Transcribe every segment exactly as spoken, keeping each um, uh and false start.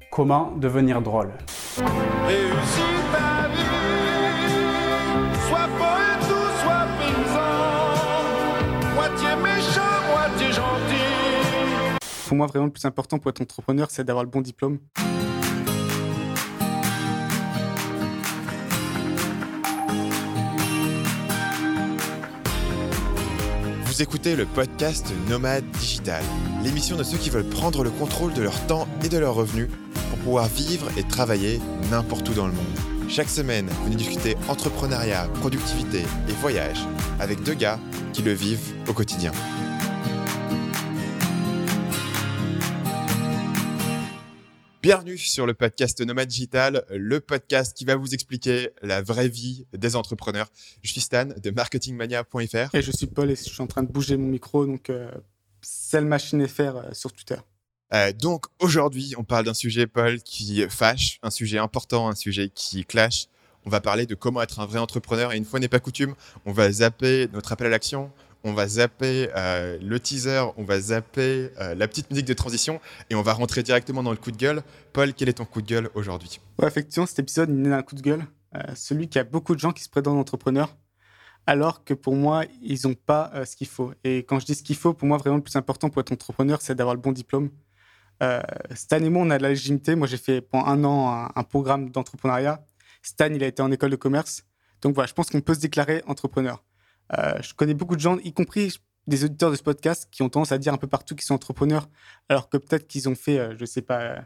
Comment devenir drôle. Réussis ta vie, sois poète ou sois paysan, moitié méchant, moitié gentil. Pour moi, vraiment, le plus important pour être entrepreneur, c'est d'avoir le bon diplôme. Vous écoutez le podcast Nomade Digital, l'émission de ceux qui veulent prendre le contrôle de leur temps et de leurs revenus pour pouvoir vivre et travailler n'importe où dans le monde. Chaque semaine, venez discuter entrepreneuriat, productivité et voyage avec deux gars qui le vivent au quotidien. Bienvenue sur le podcast Nomade Digital, le podcast qui va vous expliquer la vraie vie des entrepreneurs. Je suis Stan de marketing mania point f r. Et je suis Paul et je suis en train de bouger mon micro, donc euh, Sell Machine F R euh, sur Twitter. Euh, donc aujourd'hui, on parle d'un sujet, Paul, qui fâche, un sujet important, un sujet qui clash. On va parler de comment être un vrai entrepreneur et une fois n'est pas coutume, on va zapper notre appel à l'action. On va zapper euh, le teaser, on va zapper euh, la petite musique de transition et on va rentrer directement dans le coup de gueule. Paul, quel est ton coup de gueule aujourd'hui ? Ouais, effectivement, cet épisode il est un coup de gueule. Euh, celui qui a beaucoup de gens qui se prétendent entrepreneurs, alors que pour moi, ils n'ont pas euh, ce qu'il faut. Et quand je dis ce qu'il faut, pour moi, vraiment le plus important pour être entrepreneur, c'est d'avoir le bon diplôme. Euh, Stan et moi, on a de la légitimité. Moi, j'ai fait pendant un an un, un programme d'entrepreneuriat. Stan, il a été en école de commerce. Donc voilà, je pense qu'on peut se déclarer entrepreneur. Euh, je connais beaucoup de gens, y compris des auditeurs de ce podcast, qui ont tendance à dire un peu partout qu'ils sont entrepreneurs, alors que peut-être qu'ils ont fait, euh, je sais pas,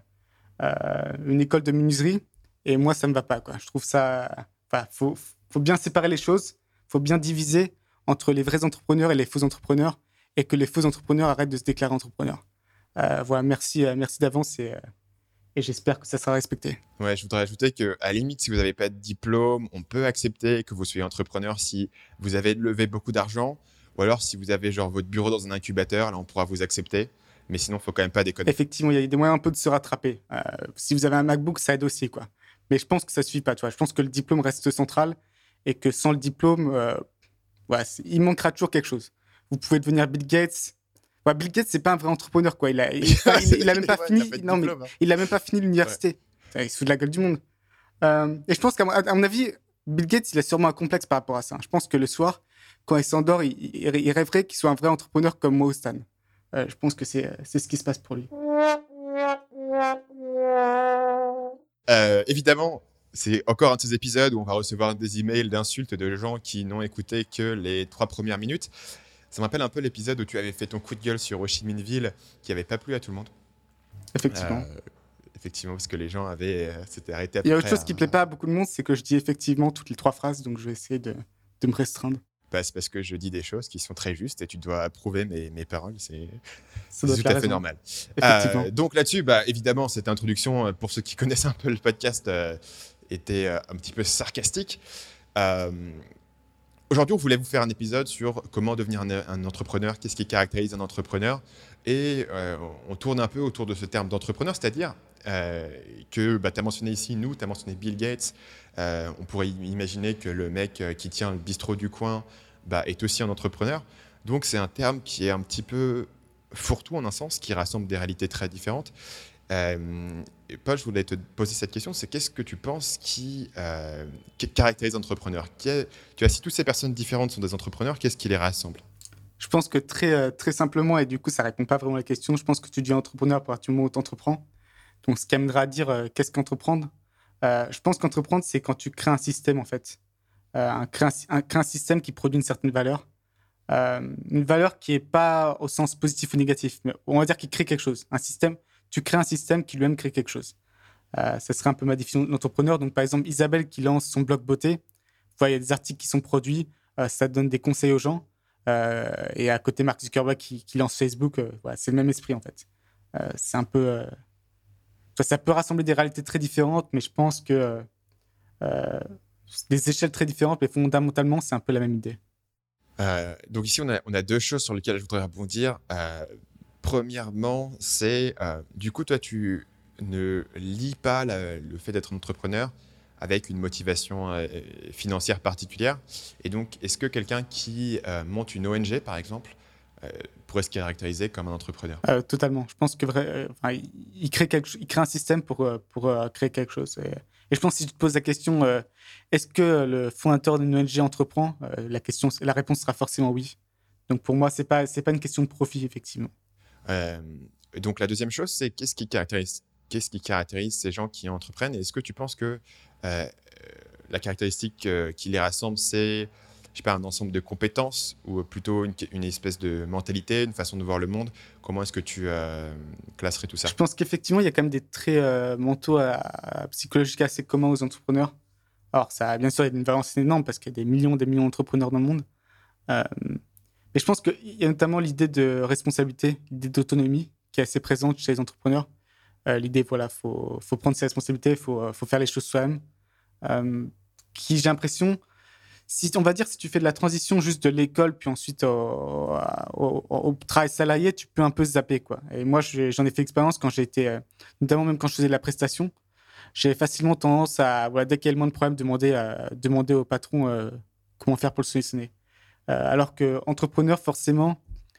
euh, une école de menuiserie. Et moi, ça me va pas, quoi. Je trouve ça... Enfin, faut, faut bien séparer les choses. Faut bien diviser entre les vrais entrepreneurs et les faux entrepreneurs, et que les faux entrepreneurs arrêtent de se déclarer entrepreneurs. Euh, voilà, merci, euh, merci d'avance et, euh, et j'espère que ça sera respecté. Ouais, je voudrais ajouter qu'à la limite, si vous n'avez pas de diplôme, on peut accepter que vous soyez entrepreneur si vous avez levé beaucoup d'argent ou alors si vous avez genre votre bureau dans un incubateur, là on pourra vous accepter. Mais sinon, il ne faut quand même pas déconner. Effectivement, il y a des moyens un peu de se rattraper. Euh, si vous avez un MacBook, ça aide aussi, quoi. Mais je pense que ça ne suffit pas, tu vois. Je pense que le diplôme reste central et que sans le diplôme, euh, ouais, il manquera toujours quelque chose. Vous pouvez devenir Bill Gates. Ouais, Bill Gates, c'est pas un vrai entrepreneur, quoi. Il a, il, il, il, il a même pas ouais, fini. il a non, diplôme, mais hein. il a même pas fini l'université. Ouais. Il se fout de la gueule du monde. Euh, et je pense qu'à à mon avis, Bill Gates, il a sûrement un complexe par rapport à ça. Je pense que le soir, quand il s'endort, il, il, il rêverait qu'il soit un vrai entrepreneur comme moi ou Stan. Euh, je pense que c'est, c'est ce qui se passe pour lui. Euh, évidemment, c'est encore un de ces épisodes où on va recevoir des emails d'insultes de gens qui n'ont écouté que les trois premières minutes. Ça me rappelle un peu l'épisode où tu avais fait ton coup de gueule sur Ho Chi Minh Ville qui n'avait pas plu à tout le monde. Effectivement. Euh, effectivement, parce que les gens avaient, euh, s'étaient arrêtés à peu Il y a autre près chose qui à- ne plaît pas à beaucoup de monde, c'est que je dis effectivement toutes les trois phrases, donc je vais essayer de, de me restreindre. Bah, c'est parce que je dis des choses qui sont très justes et tu dois approuver mes, mes paroles. C'est, Ça doit c'est être tout à la fait raison. normal. Effectivement. Euh, donc là-dessus, bah, évidemment, cette introduction, euh, pour ceux qui connaissent un peu le podcast, euh, était euh, un petit peu sarcastique. Euh, Aujourd'hui, on voulait vous faire un épisode sur comment devenir un, un entrepreneur, qu'est-ce qui caractérise un entrepreneur. Et euh, on tourne un peu autour de ce terme d'entrepreneur, c'est-à-dire euh, que bah, tu as mentionné ici, nous, tu as mentionné Bill Gates. Euh, on pourrait imaginer que le mec euh, qui tient le bistrot du coin bah, est aussi un entrepreneur. Donc, c'est un terme qui est un petit peu fourre-tout en un sens, qui rassemble des réalités très différentes. Euh, et Paul, je voulais te poser cette question, c'est qu'est-ce que tu penses qui, euh, qui caractérise l'entrepreneur ? Qui est, tu as, si toutes ces personnes différentes sont des entrepreneurs, qu'est-ce qui les rassemble ? Je pense que très, euh, très simplement, et du coup, ça ne répond pas vraiment à la question, je pense que tu deviens entrepreneur à partir du moment où tu entreprends. Donc, ce qui amènera à dire euh, qu'est-ce qu'entreprendre ? euh, Je pense qu'entreprendre, c'est quand tu crées un système, en fait. Euh, un, crée un, un, crée un système qui produit une certaine valeur. Euh, une valeur qui n'est pas au sens positif ou négatif, mais on va dire qu'il crée quelque chose. Un système, tu crées un système qui lui-même crée quelque chose. Euh, ça serait un peu ma définition d'entrepreneur. Donc, par exemple, Isabelle qui lance son blog beauté, il y a des articles qui sont produits, euh, ça donne des conseils aux gens. Euh, et à côté, Mark Zuckerberg qui, qui lance Facebook, euh, voilà, c'est le même esprit en fait. Euh, c'est un peu, euh... enfin, ça peut rassembler des réalités très différentes, mais je pense que euh, des échelles très différentes, mais fondamentalement, c'est un peu la même idée. Euh, donc ici, on a, on a deux choses sur lesquelles je voudrais rebondir. Euh, premièrement, c'est euh, du coup, toi, tu ne lis pas la, le fait d'être un entrepreneur avec une motivation euh, financière particulière. Et donc, est-ce que quelqu'un qui euh, monte une O N G, par exemple, euh, pourrait se caractériser comme un entrepreneur. Euh, totalement. Je pense que vrai, euh, enfin, il, il, crée quelque, il crée un système pour, euh, pour euh, créer quelque chose. Et, et je pense que si tu te poses la question, euh, est-ce que le fondateur d'une O N G entreprend, euh, la, question, la réponse sera forcément oui. Donc pour moi, ce n'est pas, c'est pas une question de profit, effectivement. Euh, donc la deuxième chose, c'est qu'est-ce qui caractérise, qu'est-ce qui caractérise ces gens qui entreprennent? Et est-ce que tu penses que euh, la caractéristique euh, qui les rassemble, c'est je sais pas, un ensemble de compétences ou plutôt une, une espèce de mentalité, une façon de voir le monde? Comment est-ce que tu euh, classerais tout ça? Je pense qu'effectivement, il y a quand même des traits euh, mentaux à, à, psychologiques assez communs aux entrepreneurs. Alors, ça, bien sûr, il y a une variance énorme parce qu'il y a des millions des millions d'entrepreneurs dans le monde. Euh, mais je pense qu'il y a notamment l'idée de responsabilité, l'idée d'autonomie qui est assez présente chez les entrepreneurs. Euh, l'idée, voilà, il faut, faut prendre ses responsabilités, il faut, faut faire les choses soi-même. Euh, qui, j'ai l'impression... Si, on va dire, si tu fais de la transition juste de l'école, puis ensuite au, au, au travail salarié, tu peux un peu zapper, quoi. Et moi, j'en ai fait expérience quand j'ai été, euh, notamment même quand je faisais de la prestation, j'avais facilement tendance à, voilà, dès qu'il y a le moins de problèmes, demander, à, demander au patron euh, comment faire pour le solutionner. Euh, alors qu'entrepreneur, forcément,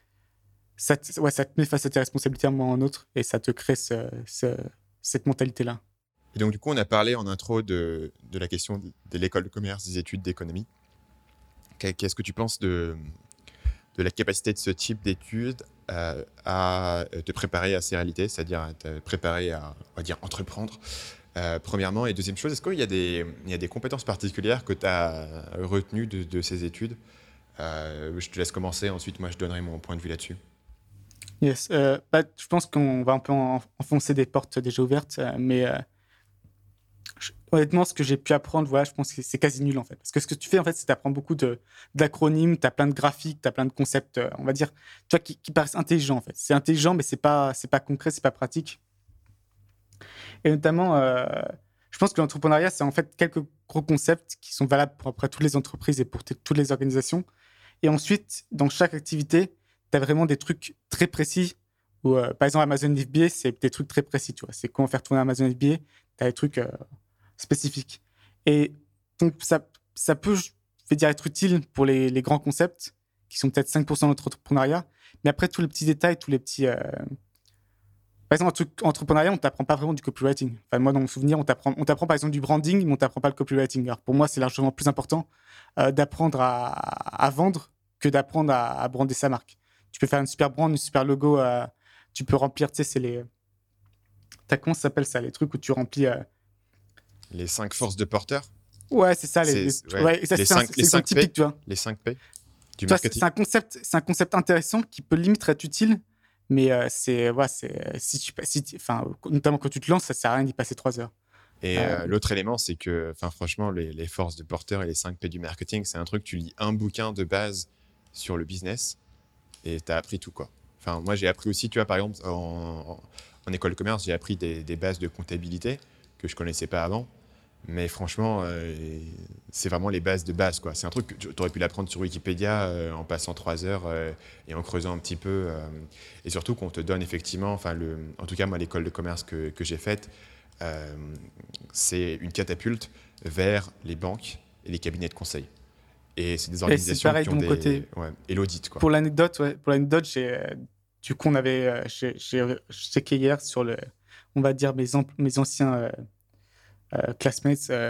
ça te, ouais, ça te met face à tes responsabilités à un moment ou à un autre, et ça te crée ce, ce, cette mentalité-là. Et donc, du coup, on a parlé en intro de, de la question de l'école de commerce, des études d'économie. Qu'est-ce que tu penses de, de la capacité de ce type d'études euh, à te préparer à ces réalités, c'est-à-dire à te préparer à, on va dire, entreprendre, euh, premièrement. Et deuxième chose, est-ce qu'il y a des, il y a des compétences particulières que tu as retenues de, de ces études? euh, Je te laisse commencer, ensuite, moi, je donnerai mon point de vue là-dessus. Yes. Euh, bah, je pense qu'on va un peu enfoncer des portes déjà ouvertes, mais... Euh... Honnêtement, ce que j'ai pu apprendre, voilà, je pense que c'est quasi nul en fait. Parce que ce que tu fais en fait, c'est d'apprendre beaucoup de, d'acronymes, tu as plein de graphiques, tu as plein de concepts, euh, on va dire, tu vois, qui, qui paraissent intelligents en fait. C'est intelligent, mais c'est pas, c'est pas concret, c'est pas pratique. Et notamment, euh, je pense que l'entrepreneuriat, c'est en fait quelques gros concepts qui sont valables pour après toutes les entreprises et pour t- toutes les organisations. Et ensuite, dans chaque activité, tu as vraiment des trucs très précis. Où, euh, par exemple, Amazon F B A, c'est des trucs très précis, tu vois. C'est comment faire tourner Amazon F B A, tu as des trucs... Euh, spécifique. Et donc, ça, ça peut, je vais dire, être utile pour les, les grands concepts, qui sont peut-être cinq pour cent de notre entrepreneuriat. Mais après, tous les petits détails, tous les petits... Euh... Par exemple, en entrepreneuriat, on ne t'apprend pas vraiment du copywriting. Enfin, moi, dans mon souvenir, on t'apprend, on t'apprend par exemple du branding, mais on ne t'apprend pas le copywriting. Alors, pour moi, c'est largement plus important euh, d'apprendre à, à vendre que d'apprendre à, à brander sa marque. Tu peux faire une super brand, une super logo. Euh, tu peux remplir, tu sais, c'est les... T'as, comment ça s'appelle ça? Les trucs où tu remplis... Euh... Les cinq forces de porteur? Ouais, c'est ça. Les, c'est, les, ouais. ouais, ça, les c'est cinq, un, les c'est cinq typique, P, tu vois. Les cinq P du tu marketing. Vois, c'est, un concept, c'est un concept intéressant qui peut limite être utile, mais euh, c'est, ouais, c'est, si tu, si tu, notamment quand tu te lances, ça ne sert à rien d'y passer trois heures. Et euh, euh, l'autre élément, c'est que franchement, les, les forces de porteur et les cinq P du marketing, c'est un truc, tu lis un bouquin de base sur le business et tu as appris tout, quoi. Enfin, moi, j'ai appris aussi, tu vois, par exemple, en, en, en école de commerce, j'ai appris des, des bases de comptabilité que je ne connaissais pas avant. Mais franchement, euh, c'est vraiment les bases de base, quoi. C'est un truc que tu aurais pu l'apprendre sur Wikipédia euh, en passant trois heures euh, et en creusant un petit peu. Euh, et surtout qu'on te donne effectivement, enfin, le, en tout cas, moi, l'école de commerce que, que j'ai faite, euh, c'est une catapulte vers les banques et les cabinets de conseil. Et c'est des organisations pareil qui ont de mon des... côté. Ouais, et l'audit, quoi. Pour l'anecdote, ouais, pour l'anecdote, j'ai, du coup, on avait, j'ai, j'ai checké hier sur le, on va dire, mes, mes anciens... Euh, Euh, classmates euh,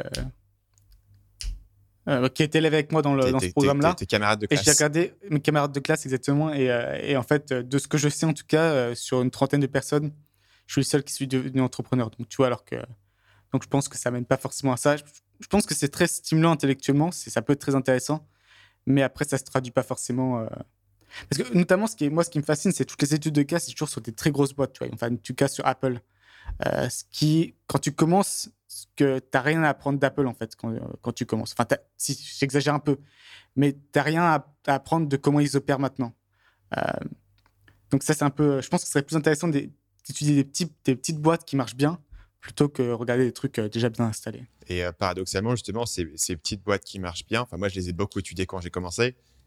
euh, qui étaient élèves avec moi dans, le, dans ce programme-là. Tes camarades de classe. Et j'ai regardé mes camarades de classe, exactement. Et, euh, et en fait, de ce que je sais, en tout cas, euh, sur une trentaine de personnes, je suis le seul qui suis devenu entrepreneur. Donc, tu vois, alors que... Donc, je pense que ça mène pas forcément à ça. Je, je pense que c'est très stimulant intellectuellement. C'est, ça peut être très intéressant. Mais après, ça se traduit pas forcément... Euh... Parce que, notamment, ce qui est, moi, ce qui me fascine, c'est toutes les études de cas, c'est toujours sur des très grosses boîtes. Tu vois. Enfin, en tout cas, sur Apple. Euh, ce qui, quand tu commences... que tu n'as rien à apprendre d'Apple, en fait, quand, quand tu commences. Enfin, si, j'exagère un peu, mais tu n'as rien à, à apprendre de comment ils opèrent maintenant. Euh, donc ça, c'est un peu... Je pense que ce serait plus intéressant d'étudier des, petits, des petites boîtes qui marchent bien plutôt que regarder des trucs déjà bien installés. Et euh, paradoxalement, justement, ces, ces petites boîtes qui marchent bien, enfin, moi, je les ai beaucoup étudiées quand j'ai commencé.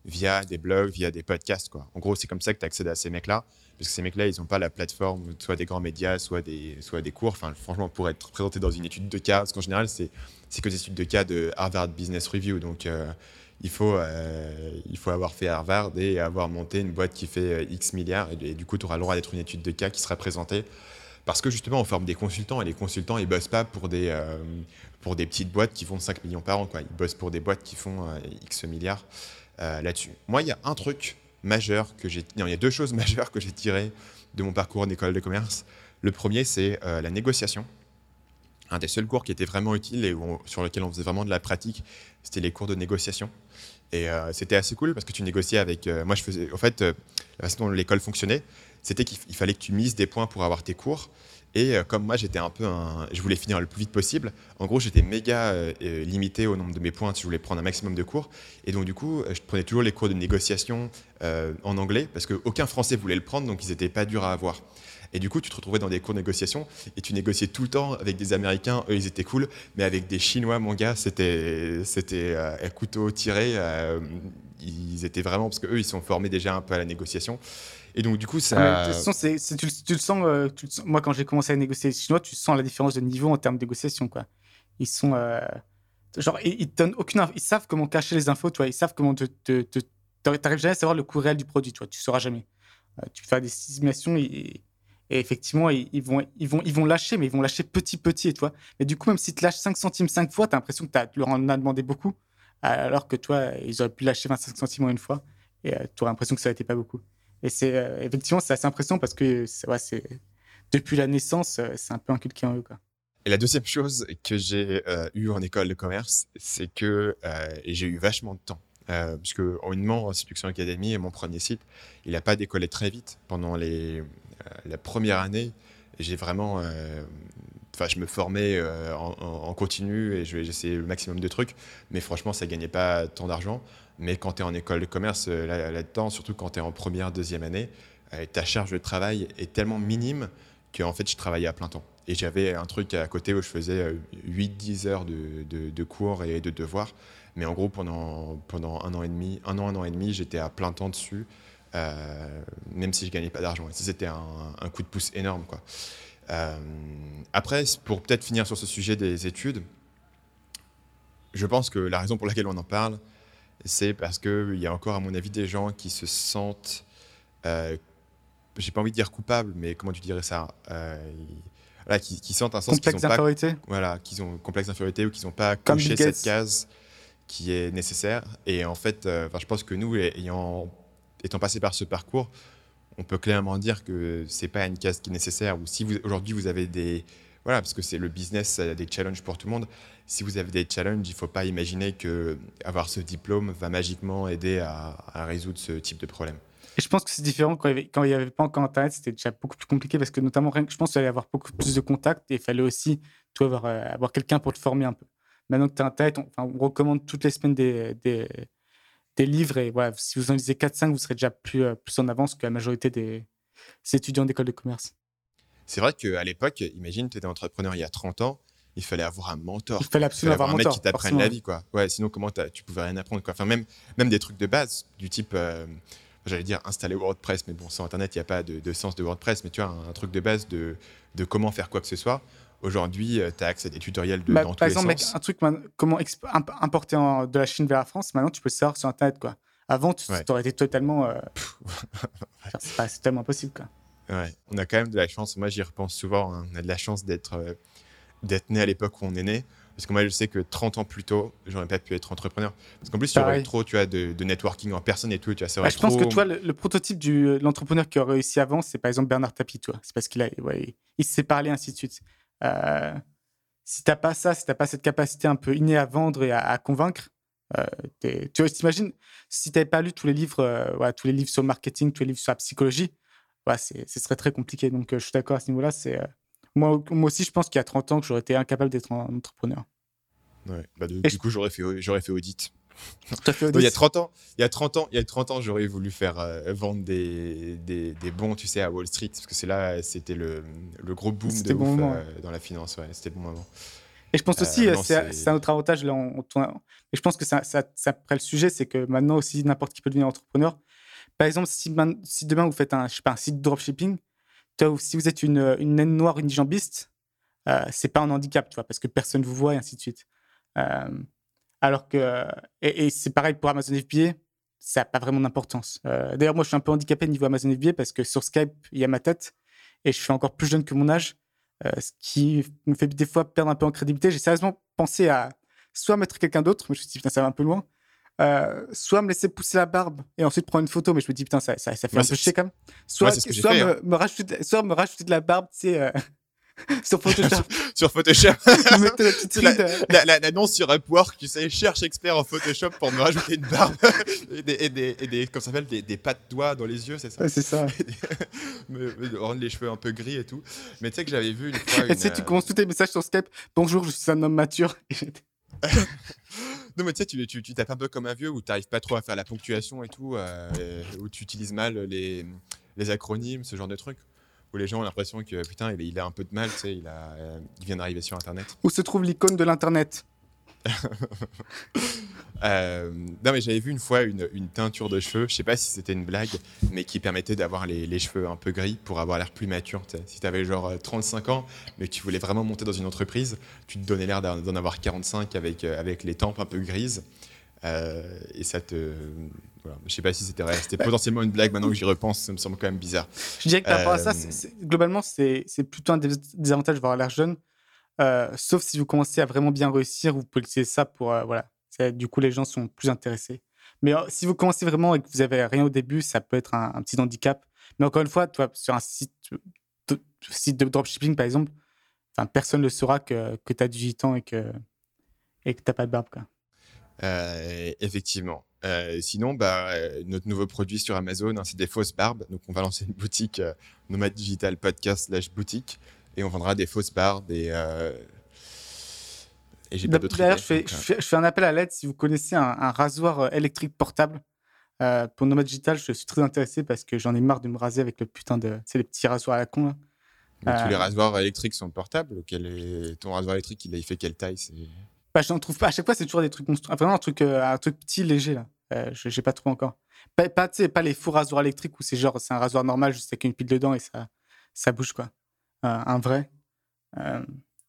via des blogs, via des podcasts, quoi. En gros, c'est comme ça que tu accèdes à ces mecs-là, parce que ces mecs-là, ils n'ont pas la plateforme, soit des grands médias, soit des, soit des cours. Enfin, franchement, pour être présenté dans une étude de cas, parce qu'en général, c'est, c'est que des études de cas de Harvard Business Review. Donc, euh, il, faut, euh, il faut avoir fait Harvard et avoir monté une boîte qui fait X milliards. Et, et du coup, tu auras le droit d'être une étude de cas qui sera présentée. Parce que justement, on forme des consultants, et les consultants, ils ne bossent pas pour des, euh, pour des petites boîtes qui font cinq millions par an, quoi. Ils bossent pour des boîtes qui font euh, X milliards. Euh, là-dessus. Moi, il y a un truc majeur que j'ai... Non, il y a deux choses majeures que j'ai tirées de mon parcours en école de commerce. Le premier, c'est euh, la négociation. Un des seuls cours qui était vraiment utile et où on- sur lequel on faisait vraiment de la pratique, c'était les cours de négociation. Et euh, c'était assez cool parce que tu négociais avec... euh, moi, je faisais... En fait, euh, la façon dont l'école fonctionnait, c'était qu'il f- il fallait que tu mises des points pour avoir tes cours. Et euh, comme moi, j'étais un peu un... Je voulais finir le plus vite possible. En gros, j'étais méga euh, euh, limité au nombre de mes points si je voulais prendre un maximum de cours. Et donc, du coup, euh, je prenais toujours les cours de négociation euh, en anglais parce qu'aucun Français voulait le prendre, donc ils n'étaient pas durs à avoir. Et du coup, tu te retrouvais dans des cours de négociation et tu négociais tout le temps avec des Américains. Eux, ils étaient cool. Mais avec des Chinois, mon gars, c'était, c'était euh, à couteau tiré. Euh, ils étaient vraiment... Parce qu'eux, ils sont formés déjà un peu à la négociation. Et donc, du coup, Ah, mais de toute ça... façon, c'est, c'est- tu, le- tu le sens, euh, tu le sens- moi, quand j'ai commencé à négocier les Chinois, tu sens la différence de niveau en termes de négociation, quoi. Ils sont. euh, genre, ils, ils te donnent aucune info. Ils savent comment cacher les infos, tu vois. Ils savent comment te. te, te t'arri- T'arrives jamais à savoir le coût réel du produit, tu vois. Tu sauras jamais. Euh, tu peux faire des estimations et, et effectivement, ils, ils vont, ils, vont, ils vont lâcher, mais ils vont lâcher petit, petit, tu vois. Mais du coup, même s'ils te lâchent cinq centimes cinq fois, t'as l'impression que t'as- tu leur en as demandé beaucoup, alors que toi, ils auraient pu lâcher vingt-cinq centimes en une fois et tu aurais l'impression que ça n'était pas beaucoup. Et c'est euh, effectivement, c'est assez impressionnant parce que c'est, ouais, c'est, depuis la naissance, euh, c'est un peu inculqué en eux, quoi. Et la deuxième chose que j'ai euh, eue en école de commerce, c'est que euh, et j'ai eu vachement de temps. Euh, parce que, honnêtement, Séduction Academy, mon premier site, il n'a pas décollé très vite. Pendant les, euh, la première année, j'ai vraiment... euh, Enfin, je me formais euh, en, en- en continu et je- j'essayais le maximum de trucs. Mais franchement, ça ne gagnait pas tant d'argent. Mais quand tu es en école de commerce, euh, là, là-dedans, surtout quand tu es en première, deuxième année, euh, ta charge de travail est tellement minime qu'en fait, je travaillais à plein temps. Et j'avais un truc à côté où je faisais euh, huit dix heures de, de- de cours et de devoirs. Mais en gros, pendant, pendant un an et demi, un an, un an et demi, j'étais à plein temps dessus, euh, même si je gagnais pas d'argent. Et ça, c'était un, un coup de pouce énorme, quoi. Euh, après, pour peut-être finir sur ce sujet des études, je pense que la raison pour laquelle on en parle, c'est parce qu'il y a encore, à mon avis, des gens qui se sentent, euh, j'ai pas envie de dire coupables, mais comment tu dirais ça, euh, ils- voilà, qui, qui sentent un sens qu'ils Complexe ont pas, d'infériorité, voilà, qu'ils ont complexe d'infériorité ou qu'ils n'ont pas comme coché Bill Gates. cette case qui est nécessaire. Et en fait, euh, enfin, je pense que nous, ayant, étant passés par ce parcours, on peut clairement dire que c'est pas une case qui est nécessaire. Ou si vous, aujourd'hui vous avez des, voilà, parce que c'est le business, ça a des challenges pour tout le monde. Si vous avez des challenges, il faut pas imaginer que avoir ce diplôme va magiquement aider à, à résoudre ce type de problème. Et je pense que c'est différent quand il y avait, quand il y avait pas encore Internet, c'était déjà beaucoup plus compliqué parce que notamment, rien que- je pense qu'il fallait avoir beaucoup plus de contacts et il fallait aussi toi, avoir, euh, avoir quelqu'un pour te former un peu. Maintenant que tu as Internet, on, enfin, on recommande toutes les semaines des, des, des livres et voilà, si vous en lisez quatre cinq, vous serez déjà plus, euh, plus en avance que la majorité des, des étudiants d'école de commerce. C'est vrai qu'à l'époque, imagine, tu étais entrepreneur il y a trente ans, il fallait avoir un mentor. Il fallait Il absolument fallait avoir avoir un un mec mentor, qui t'apprenne forcément. la vie, quoi. Ouais, sinon, comment t'as- tu pouvais rien apprendre, quoi. Enfin, même, même des trucs de base, du type, euh, j'allais dire installer WordPress, mais bon, sur Internet, il n'y a pas de, de sens de WordPress, mais tu vois, un, un truc de base de, de comment faire quoi que ce soit. Aujourd'hui, tu as accès à des tutoriels de, Bah, dans tous par les exemple, mec, sens. un truc, man- comment exp- imp- importer en- de la Chine vers la France, maintenant tu peux le savoir sur Internet, quoi. Avant, tu Ouais. aurais été totalement. euh, genre, c'est, pas, c'est tellement impossible, quoi. Ouais, on a quand même de la chance. Moi, j'y repense souvent. Hein. On a de la chance d'être euh, d'être né à l'époque où on est né. Parce que moi, je sais que trente ans plus tôt, j'aurais pas pu être entrepreneur. Parce qu'en plus, il y aurait Pareil. eu trop, tu vois, de, de networking en personne et tout. Tu vois, ça Bah, aurait je pense trop... que toi, le, le prototype du, de l'entrepreneur qui a réussi avant, c'est par exemple Bernard Tapie, toi. C'est parce qu'il a, ouais, il, il s'est parlé, ainsi de suite. Euh, si t'as pas ça, si t'as pas cette capacité un peu innée à vendre et à, à convaincre, euh, t'es- tu vois, t'imagines, si t'avais pas lu tous les livres, euh, ouais, tous les livres sur le marketing, tous les livres sur la psychologie, ouais, c'est, ce serait très compliqué. Donc, euh, je suis d'accord à ce niveau-là. C'est, euh, moi, moi aussi, je pense qu'il y a trente ans que j'aurais été incapable d'être un entrepreneur. Ouais. Bah, de- Et du je- coup, j'aurais fait, j'aurais fait audit. Tout à fait, Non, il y a Odys. trente ans, il y a trente ans, il y a trente ans, j'aurais voulu faire euh, vendre des, des, des bons, tu sais, à Wall Street, parce que c'est là, c'était le, le gros boom C'était de le bon ouf moment, euh, dans la finance. Ouais, c'était le bon moment. Et je pense aussi, Euh, euh, non, c'est, c'est... c'est un autre avantage, là, on, on tourne- et je pense que ça, ça, ça après le sujet, c'est que maintenant aussi, n'importe qui peut devenir entrepreneur. Par exemple, si, man- si demain vous faites un, je sais pas, un site de dropshipping, tu vois, ou si vous êtes une, une naine noire unijambiste, euh, c'est pas un handicap, tu vois, parce que personne vous voit et ainsi de suite. Euh, alors que, et, et c'est pareil pour Amazon F B A, ça n'a pas vraiment d'importance. Euh, d'ailleurs, moi, je suis un peu handicapé niveau Amazon F B A parce que sur Skype, il y a ma tête et je suis encore plus jeune que mon âge, euh, ce qui me fait des fois perdre un peu en crédibilité. J'ai sérieusement pensé à soit mettre quelqu'un d'autre, mais je me suis dit, putain, ça va un peu loin, euh, soit me laisser pousser la barbe et ensuite prendre une photo, mais je me dis, putain, ça, ça, ça fait Moi, un peu c'est, chier c'est... quand même. Moi, Soit, c'est ce que j'ai soit, fait. me, Hein. me rajouter, soit me rajouter de la barbe, tu sais, euh, sur Photoshop. Sur Photoshop. Me mettre la petite C'est la, ride, euh, la, la- l'annonce sur Upwork, tu sais, cherche expert en Photoshop pour me rajouter une barbe et des, et des, et des comment ça s'appelle, des, des pattes doigts dans les yeux, c'est ça? ouais, c'est ça. me, me rendre les cheveux un peu gris et tout. Mais tu sais que j'avais vu une fois Et une... tu sais, tu euh, commences tous tes messages sur Skype. Bonjour, je suis un homme mature. Et j'étais- Non, mais tu sais, tu, tu, tu tapes un peu comme un vieux où tu n'arrives pas trop à faire la ponctuation et tout, euh, et où tu utilises mal les, les acronymes, ce genre de trucs. Où les gens ont l'impression que putain, il, il a un peu de mal, tu sais, il, a, euh, il vient d'arriver sur Internet. Où se trouve l'icône de l'Internet? Euh, non, mais j'avais vu une fois une, une teinture de cheveux, je sais pas si c'était une blague, mais qui permettait d'avoir les, les cheveux un peu gris pour avoir l'air plus mature. Tu sais. Si tu avais genre euh, trente-cinq ans, mais que tu voulais vraiment monter dans une entreprise, tu te donnais l'air d'en, d'en avoir quarante-cinq avec, euh, avec les tempes un peu grises. Euh, et ça te. Voilà. Je sais pas si c'était vrai. C'était potentiellement une blague. Maintenant que j'y repense, ça me semble quand même bizarre. Je dirais que par rapport à ça, Euh, c'est- c'est- globalement, c'est c'est plutôt un des désavantages d'avoir l'air jeune. Euh, sauf si vous commencez à vraiment bien réussir, vous pouvez utiliser ça pour. euh, voilà. C'est- Du coup, les gens sont plus intéressés. Mais euh, si vous commencez vraiment et que vous avez rien au début, ça peut être un, un petit handicap. Mais encore une fois, toi, sur un site de, site de dropshipping, par exemple, enfin, personne ne saura que, que tu as dix-huit ans et que et que tu n'as pas de barbe, quoi. Euh, effectivement. Euh, sinon, bah, euh, notre nouveau produit sur Amazon, hein, c'est des fausses barbes. Donc, on va lancer une boutique, euh, Nomad Digital Podcast slash boutique, et on vendra des fausses barbes. Et, euh, et j'ai pas d'autres D'ailleurs, idées. je fais, donc, je, euh, fais, je fais un appel à l'aide si vous connaissez un, un rasoir euh, électrique portable. Euh, pour Nomad Digital, je suis très intéressé parce que j'en ai marre de me raser avec le putain de. Tu sais, les petits rasoirs à la con, là. Mais tous les Euh, rasoirs électriques sont portables. Quel est... Ton rasoir électrique, il, a, il fait quelle taille? c'est... Bah, je n'en trouve pas. À chaque fois, c'est toujours des trucs monstrueux. Vraiment un truc, euh, un truc petit, léger, là. Euh, je n'ai pas trouvé encore. Pas, pas, tu sais, pas les faux rasoirs électriques où c'est genre, c'est un rasoir normal juste avec une pile dedans et ça, ça bouge, quoi. Euh, un vrai. Euh,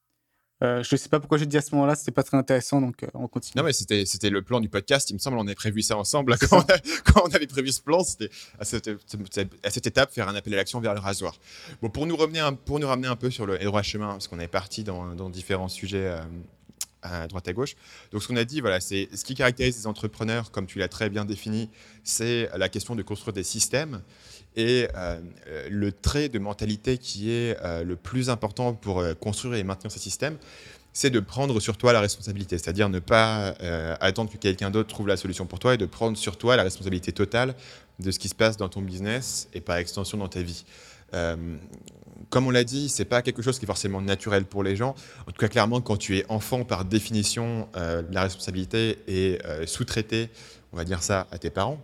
euh, je ne sais pas pourquoi j'ai dit à ce moment-là, c'était pas très intéressant, donc euh, on continue. Non, mais c'était, c'était le plan du podcast. Il me semble on avait prévu ça ensemble. C'est Quand, ça. on a- quand on avait prévu ce plan, c'était à cette, à cette étape faire un appel à l'action vers le rasoir. Bon, pour nous, revenir, un- pour nous ramener un peu sur le droit chemin, parce qu'on est parti dans, dans différents sujets euh, à droite à gauche. Donc, ce qu'on a dit, voilà, c'est ce qui caractérise les entrepreneurs, comme tu l'as très bien défini, c'est la question de construire des systèmes. Et euh, le trait de mentalité qui est euh, le plus important pour euh, construire et maintenir ces systèmes, c'est de prendre sur toi la responsabilité, c'est-à-dire ne pas euh, attendre que quelqu'un d'autre trouve la solution pour toi et de prendre sur toi la responsabilité totale de ce qui se passe dans ton business et par extension dans ta vie. Euh, comme on l'a dit, c'est pas quelque chose qui est forcément naturel pour les gens. En tout cas, clairement, quand tu es enfant, par définition, euh, la responsabilité est euh, sous-traitée, on va dire ça, à tes parents.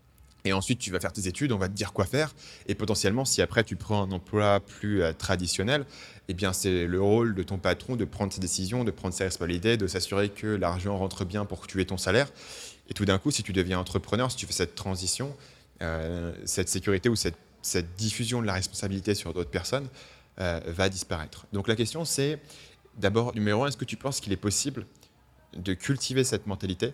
Et ensuite, tu vas faire tes études, on va te dire quoi faire. Et potentiellement, si après tu prends un emploi plus euh, traditionnel, eh bien, c'est le rôle de ton patron de prendre ses décisions, de prendre ses responsabilités, de s'assurer que l'argent rentre bien pour que tu aies ton salaire. Et tout d'un coup, si tu deviens entrepreneur, si tu fais cette transition, euh, cette sécurité ou cette, cette diffusion de la responsabilité sur d'autres personnes euh, va disparaître. Donc la question, c'est d'abord, numéro un, est-ce que tu penses qu'il est possible de cultiver cette mentalité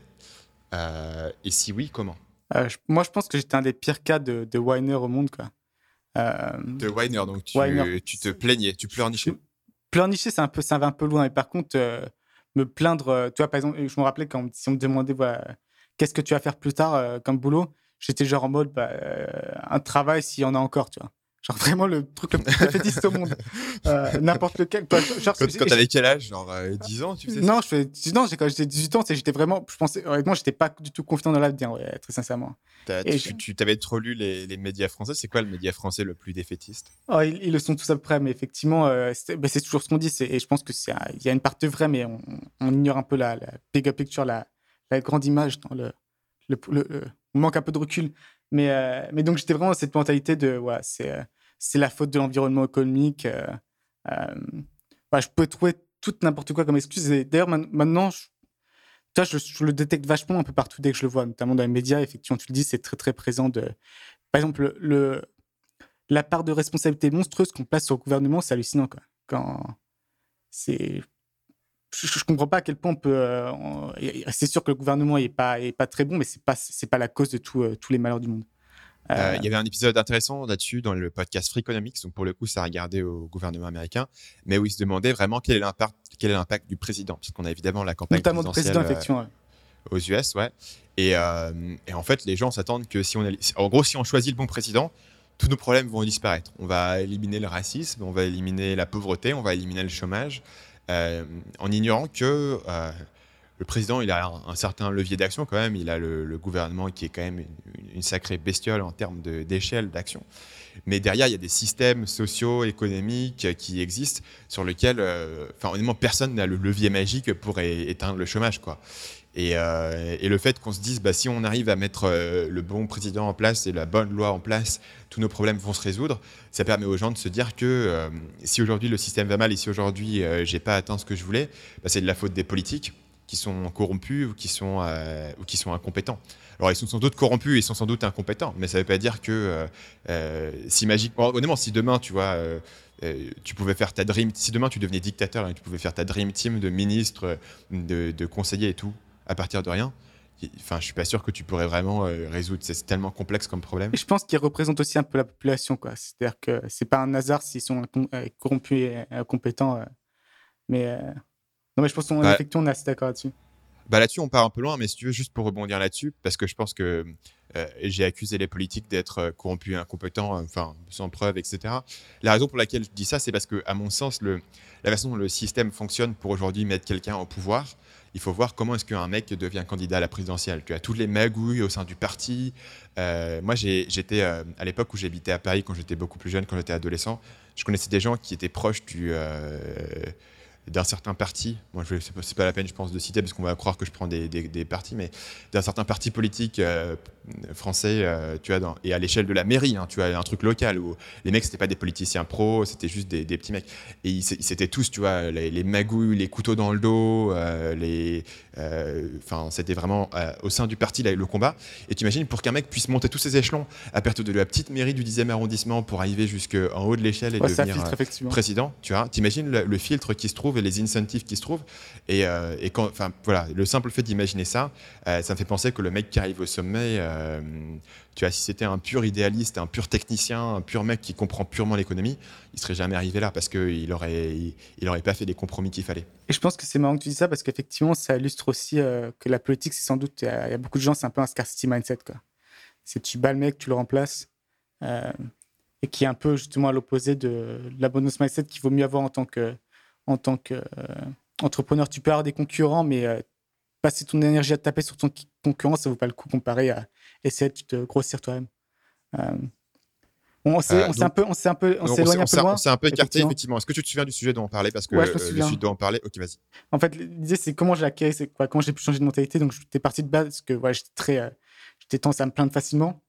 euh, Et si oui, comment? Euh, je- moi, je pense que j'étais un des pires cas de, de whiner au monde, quoi. Euh, De whiner, donc tu, whiner. tu te plaignais, tu pleurnichais. Pleurnicher, c'est un peu, ça va un peu loin. Et par contre, euh, me plaindre, euh, tu vois, par exemple, je me rappelais quand si on me demandait, voilà, qu'est-ce que tu vas faire plus tard euh, comme boulot, j'étais genre en mode, bah, euh, un travail s'il y en a encore, tu vois. Genre vraiment le truc le plus défaitiste au monde. Euh, n'importe lequel. Toi, genre, Quand, j'ai- quand j'ai- t'avais quel âge? Genre euh, dix ans, tu faisais ça? non, je fais, non, j'ai- quand j'étais dix-huit ans, c'est- j'étais vraiment, je pensais, honnêtement, j'étais pas du tout confiant dans l'avenir, ouais, très sincèrement. T'as- Et Tu, je- tu t'avais trop lu les, les médias français. C'est quoi le média français le plus défaitiste? Oh, ils, ils le sont tous à peu près, mais effectivement, euh, c'est bah, c'est toujours ce qu'on dit. c'est- Et je pense que c'est, un- il y a une part de vrai, mais on, on ignore un peu la, la bigger picture, la, la grande image. Dans le, le, le- le- on manque un peu de recul. Mais, euh, mais donc, j'étais vraiment dans cette mentalité de, ouais, c'est, euh, c'est la faute de l'environnement économique. euh, euh, ouais, je peux trouver tout n'importe quoi comme excuse. Et d'ailleurs, man- maintenant, je, toi, je, je le détecte vachement un peu partout dès que je le vois, notamment dans les médias. Effectivement, tu le dis, c'est très, très présent. De... Par exemple, le, le- la part de responsabilité monstrueuse qu'on place sur le gouvernement, c'est hallucinant, quoi. Quand c'est... Je ne comprends pas à quel point on peut... euh, on- C'est sûr que le gouvernement n'est pas, est pas très bon, mais ce n'est pas, c'est pas la cause de tout, euh, tous les malheurs du monde. Euh, Euh, Il y avait un épisode intéressant là-dessus dans le podcast Freakonomics, donc pour le coup, ça a regardé au gouvernement américain, mais où il se demandait vraiment quel est l'impact, quel est l'impact du président, parce qu'on a évidemment la campagne Notamment le présidentielle président, euh, effectivement. Ouais. aux U S, ouais. Et, euh, et en fait, les gens s'attendent que si on, a- en gros, si on choisit le bon président, tous nos problèmes vont disparaître. On va éliminer le racisme, on va éliminer la pauvreté, on va éliminer le chômage, euh, en ignorant que euh, le président, il a un, un certain levier d'action quand même. Il a le, le gouvernement qui est quand même une, une sacrée bestiole en termes de, d'échelle d'action. Mais derrière, il y a des systèmes sociaux, économiques qui existent sur lesquels, euh, enfin, honnêtement, personne n'a le levier magique pour é- éteindre le chômage, quoi. Et, euh, et le fait qu'on se dise, bah, si on arrive à mettre euh, le bon président en place et la bonne loi en place, tous nos problèmes vont se résoudre, ça permet aux gens de se dire que euh, si aujourd'hui le système va mal et si aujourd'hui euh, j'ai pas atteint ce que je voulais, bah, c'est de la faute des politiques qui sont corrompus ou qui sont, euh, ou qui sont incompétents. Alors ils sont sans doute corrompus, ils sont sans doute incompétents, mais ça ne veut pas dire que euh, euh, si magiquement, honnêtement, si demain tu vois, euh, euh, tu pouvais faire ta dream, si demain tu devenais dictateur et tu pouvais faire ta dream team de ministres, de, de conseillers et tout, à partir de rien, enfin, je suis pas sûr que tu pourrais vraiment euh, résoudre. C'est tellement complexe comme problème. Et je pense qu'ils représentent aussi un peu la population, quoi. C'est-à-dire que c'est pas un hasard s'ils sont incom- euh, corrompus et incompétents. euh, mais euh, non, mais je pense qu'en Bah, effet, on est assez d'accord là-dessus. bah là-dessus, on part un peu loin, mais si tu veux, juste pour rebondir là-dessus, parce que je pense que euh, j'ai accusé les politiques d'être euh, corrompus et incompétents, euh, enfin, sans preuve, et cetera. La raison pour laquelle je dis ça, c'est parce que, à mon sens, le, la façon dont le système fonctionne pour aujourd'hui mettre quelqu'un au pouvoir, il faut voir comment est-ce qu'un mec devient candidat à la présidentielle. Tu as toutes les magouilles au sein du parti. Euh, moi, j'ai, j'étais euh, à l'époque où j'habitais à Paris, quand j'étais beaucoup plus jeune, quand j'étais adolescent, je connaissais des gens qui étaient proches du... Euh, d'un certain parti, moi je, c'est, pas, c'est pas la peine je pense de citer parce qu'on va croire que je prends des, des, des partis, mais d'un certain parti politique euh, français, euh, tu vois, dans, et à l'échelle de la mairie, hein, tu vois, un truc local où les mecs c'était pas des politiciens pros, c'était juste des, des petits mecs, et ils, ils c'était tous, tu vois, les, les magouilles, les couteaux dans le dos, euh, les, enfin euh, c'était vraiment euh, au sein du parti là, le combat, et tu imagines pour qu'un mec puisse monter tous ces échelons à partir de la petite mairie du dixième arrondissement pour arriver jusqu'en haut de l'échelle et Ouais, ça devenir filtre, euh, effectivement. président, tu vois, t'imagines le, le filtre qui se trouve et les incentives qui se trouvent. Et, euh, et quand, enfin, voilà, le simple fait d'imaginer ça, euh, ça me fait penser que le mec qui arrive au sommet, euh, tu vois, si c'était un pur idéaliste, un pur technicien, un pur mec qui comprend purement l'économie, il serait jamais arrivé là parce qu'il aurait, il, il aurait pas fait les compromis qu'il fallait. Et je pense que c'est marrant que tu dis ça parce qu'effectivement, ça illustre aussi euh, que la politique, c'est sans doute, il y, y a beaucoup de gens, c'est un peu un scarcity mindset, quoi. C'est tu bats le mec, tu le remplaces. Euh, et qui est un peu justement à l'opposé de, de l'abondance mindset qu'il vaut mieux avoir en tant que en tant qu'entrepreneur. Euh, tu peux avoir des concurrents, mais euh, passer ton énergie à te taper sur ton concurrent, ça ne vaut pas le coup comparé à essayer de te grossir toi-même. Euh, on s'est, Euh, on s'est un peu, on s'est un peu, on donc, s'est éloigné on un s'est, peu loin. on s'est un peu écarté, effectivement. effectivement. Est-ce que tu te souviens du sujet dont on parlait? Parce que Ouais, je me euh, le souviens. sujet dont on parlait, ok, vas-y. En fait, l'idée, c'est comment j'ai acquis, c'est quoi, comment j'ai pu changer de mentalité. Donc, j'étais parti de base parce que voilà, j'étais très, euh, j'étais tendance à me plaindre facilement.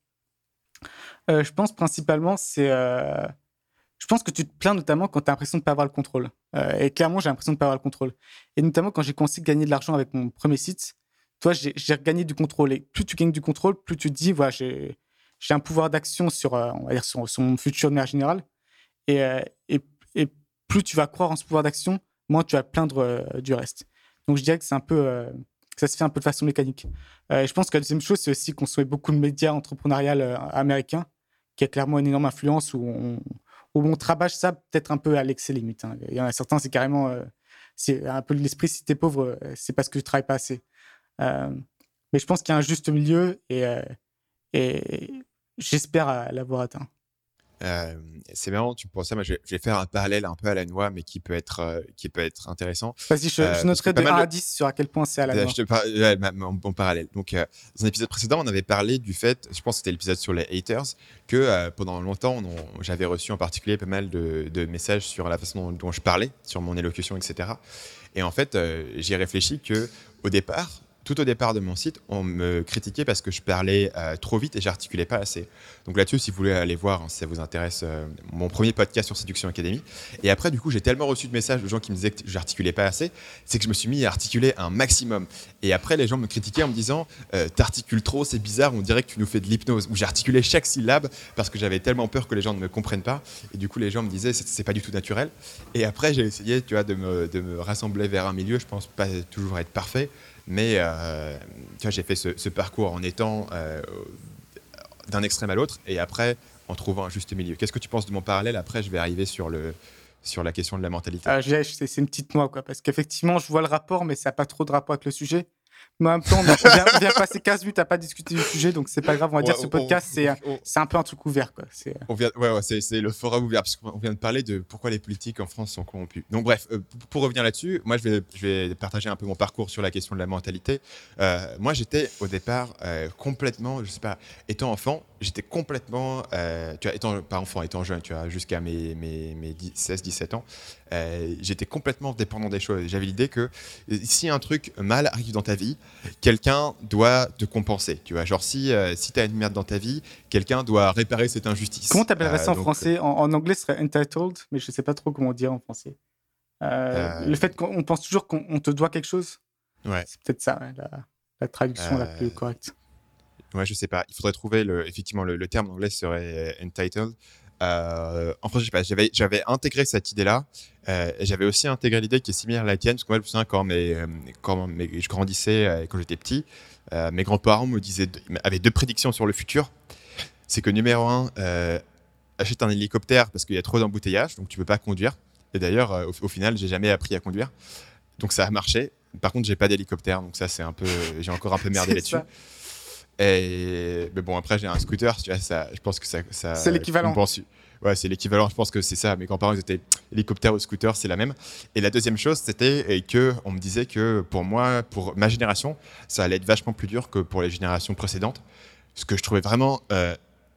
Euh, je pense principalement, c'est euh, je pense que tu te plains notamment quand tu as l'impression de ne pas avoir le contrôle. Euh, et clairement, j'ai l'impression de ne pas avoir le contrôle. Et notamment quand j'ai commencé à gagner de l'argent avec mon premier site, toi, j'ai, j'ai regagné du contrôle. Et plus tu gagnes du contrôle, plus tu te dis, voilà, j'ai, j'ai un pouvoir d'action sur, euh, on va dire, sur, sur mon futur de manière générale. Et, euh, et, et plus tu vas croire en ce pouvoir d'action, moins tu vas te plaindre euh, du reste. Donc, je dirais que c'est un peu, euh, ça se fait un peu de façon mécanique. Euh, et je pense que la deuxième chose, c'est aussi qu'on soit beaucoup de médias entrepreneuriaux euh, américains, qui a clairement une énorme influence où on où on travaille ça peut-être un peu à l'excès limite. Hein. Il y en a certains, c'est carrément... Euh, c'est un peu de l'esprit, si t'es pauvre, euh, c'est parce que tu travailles pas assez. Euh, mais je pense qu'il y a un juste milieu et, euh, et j'espère euh, l'avoir atteint. Euh, c'est marrant, tu penses ça. Moi, je vais, je vais faire un parallèle un peu à la noix, mais qui peut être, euh, qui peut être intéressant. Vas-y, je, Euh, je noterai de pas mal un de- à dix sur à quel point c'est à la Euh, noix. je te par... ouais, ma- mon, mon parallèle. Donc, euh, dans un épisode précédent, on avait parlé du fait, je pense que c'était l'épisode sur les haters, que euh, pendant longtemps, on, on- j'avais reçu en particulier pas mal de, de messages sur la façon dont, dont je parlais, sur mon élocution, et cetera. Et en fait, euh, j'ai réfléchi que au départ, tout au départ de mon site, on me critiquait parce que je parlais euh, trop vite et j'articulais pas assez. Donc là-dessus, si vous voulez aller voir, hein, si ça vous intéresse, euh, mon premier podcast sur Séduction Academy. Et après, du coup, j'ai tellement reçu de messages de gens qui me disaient que j'articulais pas assez, c'est que je me suis mis à articuler un maximum. Et après, les gens me critiquaient en me disant euh, t'articules trop, c'est bizarre, on dirait que tu nous fais de l'hypnose. Où j'articulais chaque syllabe parce que j'avais tellement peur que les gens ne me comprennent pas. Et du coup, les gens me disaient c'est, c'est pas du tout naturel. Et après, j'ai essayé, tu vois, de me, de me rassembler vers un milieu. Je pense pas toujours être parfait. Mais euh, tu vois, j'ai fait ce, ce parcours en étant euh, d'un extrême à l'autre et après en trouvant un juste milieu. Qu'est-ce que tu penses de mon parallèle ? Après, je vais arriver sur, le, sur la question de la mentalité. Euh, j'ai- c'est, c'est une petite noix, quoi, parce qu'effectivement, je vois le rapport, mais ça n'a pas trop de rapport avec le sujet. Mais en même temps, on, a- on vient, on vient passer quinze minutes à pas discuter du sujet, donc c'est pas grave. On va dire que ce On- podcast, on- c'est, on- c'est un peu un truc ouvert, quoi. C'est, On vient, ouais, ouais, c'est, c'est le forum ouvert, parce qu'on vient de parler de pourquoi les politiques en France sont corrompus. Donc bref, euh, pour- pour revenir là-dessus, moi je vais, je vais partager un peu mon parcours sur la question de la mentalité. Euh, moi j'étais au départ euh, complètement, je sais pas, étant enfant, j'étais complètement, euh, tu vois, étant, pas enfant, étant jeune, tu vois, jusqu'à mes, mes, mes seize dix-sept ans, euh, j'étais complètement dépendant des choses. J'avais l'idée que euh, si un truc mal arrive dans ta vie, quelqu'un doit te compenser, tu vois. Genre si, euh, si tu as une merde dans ta vie, quelqu'un doit réparer cette injustice. Comment t'appellerais ça en donc, français? en, en anglais, ce serait entitled, mais je sais pas trop comment dire en français. Euh, Euh, Le fait qu'on on pense toujours qu'on on te doit quelque chose, Ouais, c'est peut-être ça, ouais, la, la traduction la Euh, plus correcte. ouais, je sais pas. Il faudrait trouver le, effectivement le, le terme en anglais serait euh, entitled. Euh, en français, je sais pas. J'avais, j'avais intégré cette idée-là. Euh, et j'avais aussi intégré l'idée qui est similaire à la tienne, parce que moi, je me souviens quand, mes, euh, quand mes- je grandissais, euh, quand j'étais petit, euh, mes grands-parents me disaient, avaient deux prédictions sur le futur. C'est que numéro un, euh, achète un hélicoptère parce qu'il y a trop d'embouteillages, donc tu peux pas conduire. Et d'ailleurs, euh, au, au final, j'ai jamais appris à conduire. Donc ça a marché. Par contre, j'ai pas d'hélicoptère, donc ça c'est un peu, j'ai encore un peu merdé C'est là-dessus. ça. Et mais bon, après j'ai un scooter, tu vois, ça, je pense que ça, ça C'est l'équivalent. compense. Ouais, c'est l'équivalent. Je pense que c'est ça. Mes grands-parents ils étaient hélicoptère ou scooter, c'est la même. Et la deuxième chose, c'était que on me disait que pour moi, pour ma génération, ça allait être vachement plus dur que pour les générations précédentes. Ce que je trouvais vraiment euh,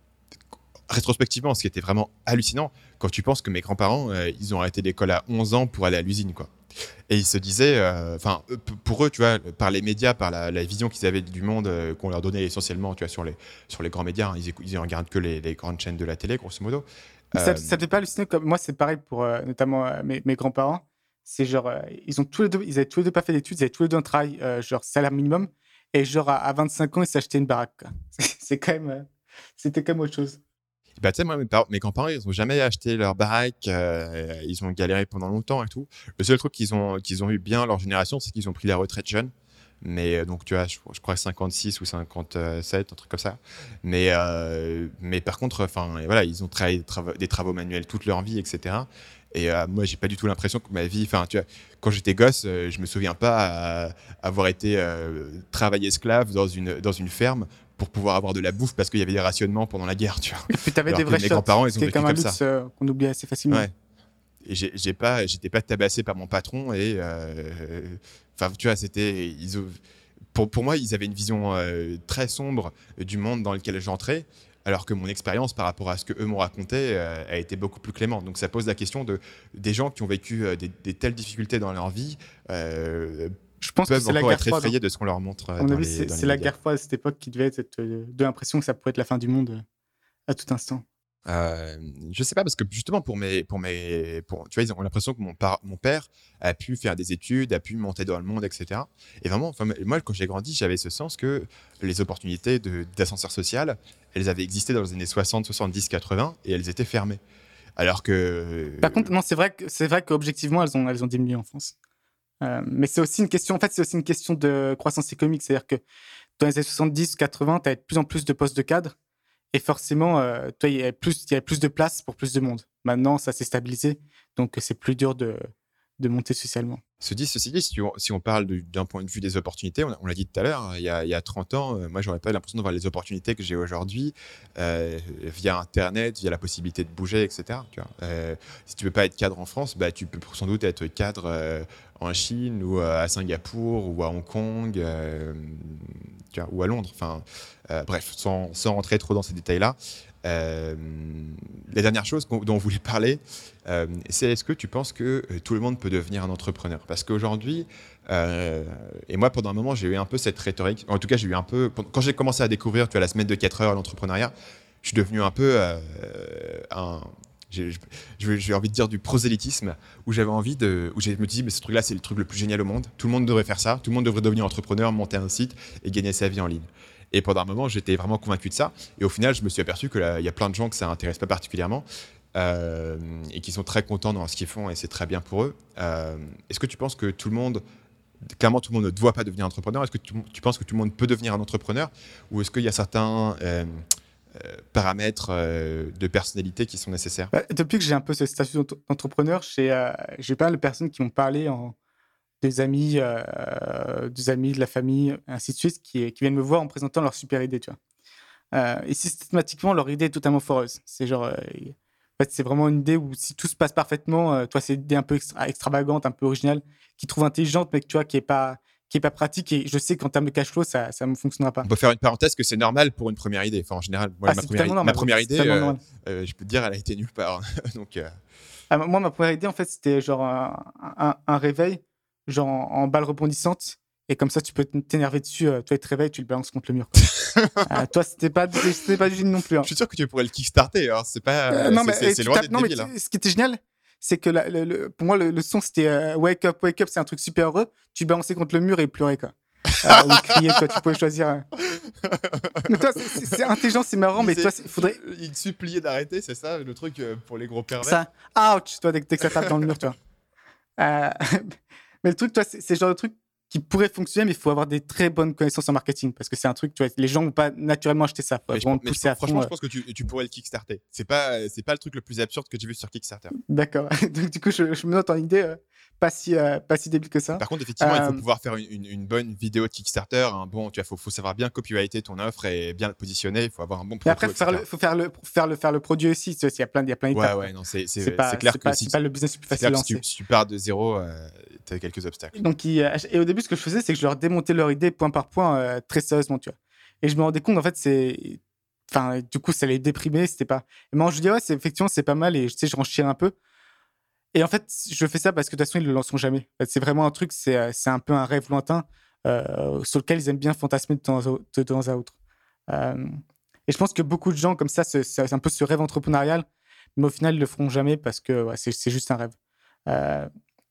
rétrospectivement, ce qui était vraiment hallucinant, quand tu penses que mes grands-parents, euh, ils ont arrêté l'école à onze ans pour aller à l'usine, quoi. Et ils se disaient, enfin, euh, pour eux, tu vois, par les médias, par la, la vision qu'ils avaient du monde, euh, qu'on leur donnait essentiellement, tu vois, sur les, sur les grands médias, hein, ils, écou- ils regardent que les, les grandes chaînes de la télé, grosso modo. Ça, Euh, ça te fait pas halluciner comme moi, c'est pareil pour euh, notamment euh, mes, mes grands-parents. C'est genre, euh, ils ont tous les deux, ils avaient tous les deux pas fait d'études, ils avaient tous les deux un travail, euh, genre salaire minimum, et genre à, à vingt-cinq ans, ils s'achetaient une baraque, quoi. C'est c'est quand même, euh, c'était quand même autre chose. Bah, tu sais, moi, mes, parents- mes grands-parents, ils n'ont jamais acheté leur baraque, euh, ils ont galéré pendant longtemps et tout. Le seul truc qu'ils ont, qu'ils ont eu bien, leur génération, c'est qu'ils ont pris la retraite jeune. Mais euh, donc, tu vois, je, je crois cinquante-six ou cinquante-sept, un truc comme ça. Mais, euh, mais par contre, enfin, voilà, ils ont travaillé des travaux, des travaux manuels toute leur vie, et cetera. Et euh, moi, j'ai pas du tout l'impression que ma vie, enfin, tu vois, quand j'étais gosse, euh, je me souviens pas à- avoir été euh, travailler esclave dans une, dans une ferme pour pouvoir avoir de la bouffe parce qu'il y avait des rationnements pendant la guerre, tu vois. Et puis t'avais Alors des que vrais mes shots, grands-parents, ils ont ce qui est vécu comme un comme ça. luxe euh, qu'on oublie assez facilement. Ouais. Et j'ai, j'ai pas, j'étais pas tabassé par mon patron et, euh, enfin, tu vois, c'était, ils ont- pour, pour moi, ils avaient une vision euh, très sombre du monde dans lequel j'entrais, alors que mon expérience par rapport à ce que eux m'ont raconté euh, a été beaucoup plus clémente. Donc ça pose la question de des gens qui ont vécu euh, des, des telles difficultés dans leur vie euh, Je pense que peuvent c'est la encore guerre être froide. effrayés de ce qu'on leur montre. euh, À mon dans avis, les- c'est dans les c'est la médias. guerre froide à cette époque qui devait être cette, euh, de l'impression que ça pourrait être la fin du monde euh, à tout instant. Euh, je sais pas parce que justement pour mes pour mes pour tu vois ils ont l'impression que mon par, mon père a pu faire des études, a pu monter dans le monde, et cetera. Et vraiment, enfin, moi quand j'ai grandi, j'avais ce sens que les opportunités de d'ascenseur social, elles avaient existé dans les années soixante, soixante-dix, quatre-vingts et elles étaient fermées. Alors que Par contre, non, c'est vrai que c'est vrai qu'objectivement, elles ont elles ont diminué en France. Euh, mais c'est aussi une question, en fait, c'est aussi une question de croissance économique. C'est-à-dire que dans les années soixante-dix, quatre-vingts, tu avais de plus en plus de postes de cadre. Et forcément, euh, toi, il y avait plus, il y avait plus de place pour plus de monde. Maintenant, ça s'est stabilisé. Donc, c'est plus dur de, de monter socialement. Se dit, ceci dit, si on, si on parle de- d'un point de vue des opportunités, on, on l'a dit tout à l'heure, il y a, il y a trente ans, euh, moi, j'aurais pas l'impression d'avoir les opportunités que j'ai aujourd'hui euh, via Internet, via la possibilité de bouger, et cetera. Tu vois. Euh, si tu veux pas être cadre en France, bah, tu peux sans doute être cadre euh, en Chine ou euh, à Singapour ou à Hong Kong euh, tu vois, ou à Londres. Enfin, euh, bref, sans, sans rentrer trop dans ces détails-là. Euh, la dernière chose dont on voulait parler, euh, c'est est-ce que tu penses que euh, tout le monde peut devenir un entrepreneur ? Parce qu'aujourd'hui, euh, et moi pendant un moment j'ai eu un peu cette rhétorique, en tout cas j'ai eu un peu, quand j'ai commencé à découvrir tu vois, la semaine de quatre heures, l'entrepreneuriat, je suis devenu un peu euh, un... J'ai, j'ai, j'ai envie de dire du prosélytisme, où j'avais envie de, où je me disais mais ce truc-là c'est le truc le plus génial au monde, tout le monde devrait faire ça, tout le monde devrait devenir entrepreneur, monter un site et gagner sa vie en ligne. Et pendant un moment, j'étais vraiment convaincu de ça. Et au final, je me suis aperçu qu'il y a plein de gens que ça n'intéresse pas particulièrement euh, et qui sont très contents dans ce qu'ils font et c'est très bien pour eux. Euh, est-ce que tu penses que tout le monde, clairement tout le monde ne doit pas devenir entrepreneur ? Est-ce que tu, tu penses que tout le monde peut devenir un entrepreneur ? Ou est-ce qu'il y a certains euh, euh, paramètres euh, de personnalité qui sont nécessaires ? Bah, depuis que j'ai un peu ce statut d'entrepreneur, j'ai, euh, j'ai pas mal de personnes qui m'ont parlé en... des amis, euh, des amis, de la famille, ainsi de suite, qui, qui viennent me voir en présentant leur super idée, tu vois. Euh, et systématiquement, leur idée est totalement foireuse. C'est genre, euh, en fait, c'est vraiment une idée où si tout se passe parfaitement, euh, toi, c'est une idée un peu extra- extravagante, un peu originale, qui trouve intelligente, mais que tu vois, qui est pas, qui est pas pratique. Et je sais qu'en termes de cash flow, ça, ça ne fonctionnera pas. On peut faire une parenthèse que c'est normal pour une première idée. Enfin, en général, moi, Ah, ma, c'est première, totalement ma normal. première C'est idée, totalement euh, normal. euh, je peux te dire, elle a été nulle part. Donc, euh, Ah, moi, ma première idée, en fait, c'était genre un, un, un réveil, genre en, en balle rebondissante. Et comme ça, tu peux t'énerver dessus. Euh, toi, tu te réveilles, tu le balances contre le mur. euh, toi, c'était pas, c'était pas du génie non plus. Hein. je suis sûr que tu pourrais le kickstarter. Hein. C'est pas, Euh, non, c'est, mais, c'est, c'est tu loin tapes- d'être non, mais débile. Hein. tu- ce qui était génial, c'est que la- le, le- pour moi, le, le son, c'était euh, Wake Up, Wake Up, c'est un truc super heureux. Tu balançais contre le mur et pleurais, quoi. Euh, ou crier, quoi. Tu pouvais choisir. euh. Mais toi, c'est, c'est- c'est intelligent, c'est marrant, mais Il toi, s'est- il faudrait. Il te suppliait d'arrêter, c'est ça le truc euh, pour les gros pervers. Ça, ouch, toi, dès, que- dès que ça tape dans le mur, tu vois. Euh, mais le truc, toi, c'est, c'est le genre de truc qui pourrait fonctionner, mais il faut avoir des très bonnes connaissances en marketing parce que c'est un truc, tu vois, les gens vont pas naturellement acheter ça. Faut Mais je, vraiment mais pousser je- à fond. franchement, euh. je pense que tu, tu pourrais le kickstarter. C'est pas, c'est pas le truc le plus absurde que j'ai vu sur Kickstarter. D'accord. Donc, du coup, je, je me note en idée euh, pas, si, euh, pas si débile que ça. Par contre, effectivement, il faut Euh, pouvoir faire une, une- une bonne vidéo de Kickstarter. Un bon, tu vois, faut, faut savoir bien copyrighter ton offre et bien le positionner. Il faut avoir un bon Et proto, après, il faut faire le, faut faire le, faire le, faire le produit aussi. Tu vois, il y a plein, il y a plein Ouais, d'étapes. ouais, non, c'est, c'est, C'est pas, c'est clair c'est que pas, si c'est pas le business le plus c'est facile à clair que si lancer. tu, si tu pars de zéro, euh, tu as quelques obstacles. Donc, il- et au début, ce que je faisais, c'est que je leur démontais leur idée point par point, euh, très sérieusement, tu vois. Et je me rendais compte, en fait, c'est, enfin, du coup, ça les déprimait, c'était pas. Et moi, je dis ouais, c'est effectivement, c'est pas mal, et tu sais, je renchéris un peu. Et en fait, je fais ça parce que de toute façon, ils le lanceront jamais. En fait, c'est vraiment un truc, c'est, euh, c'est un peu un rêve lointain euh, sur lequel ils aiment bien fantasmer de temps à autre. De temps à autre. Euh, et je pense que beaucoup de gens comme ça, c'est, c'est un peu ce rêve entrepreneurial, mais au final, ils le feront jamais parce que ouais, c'est, c'est juste un rêve. Euh,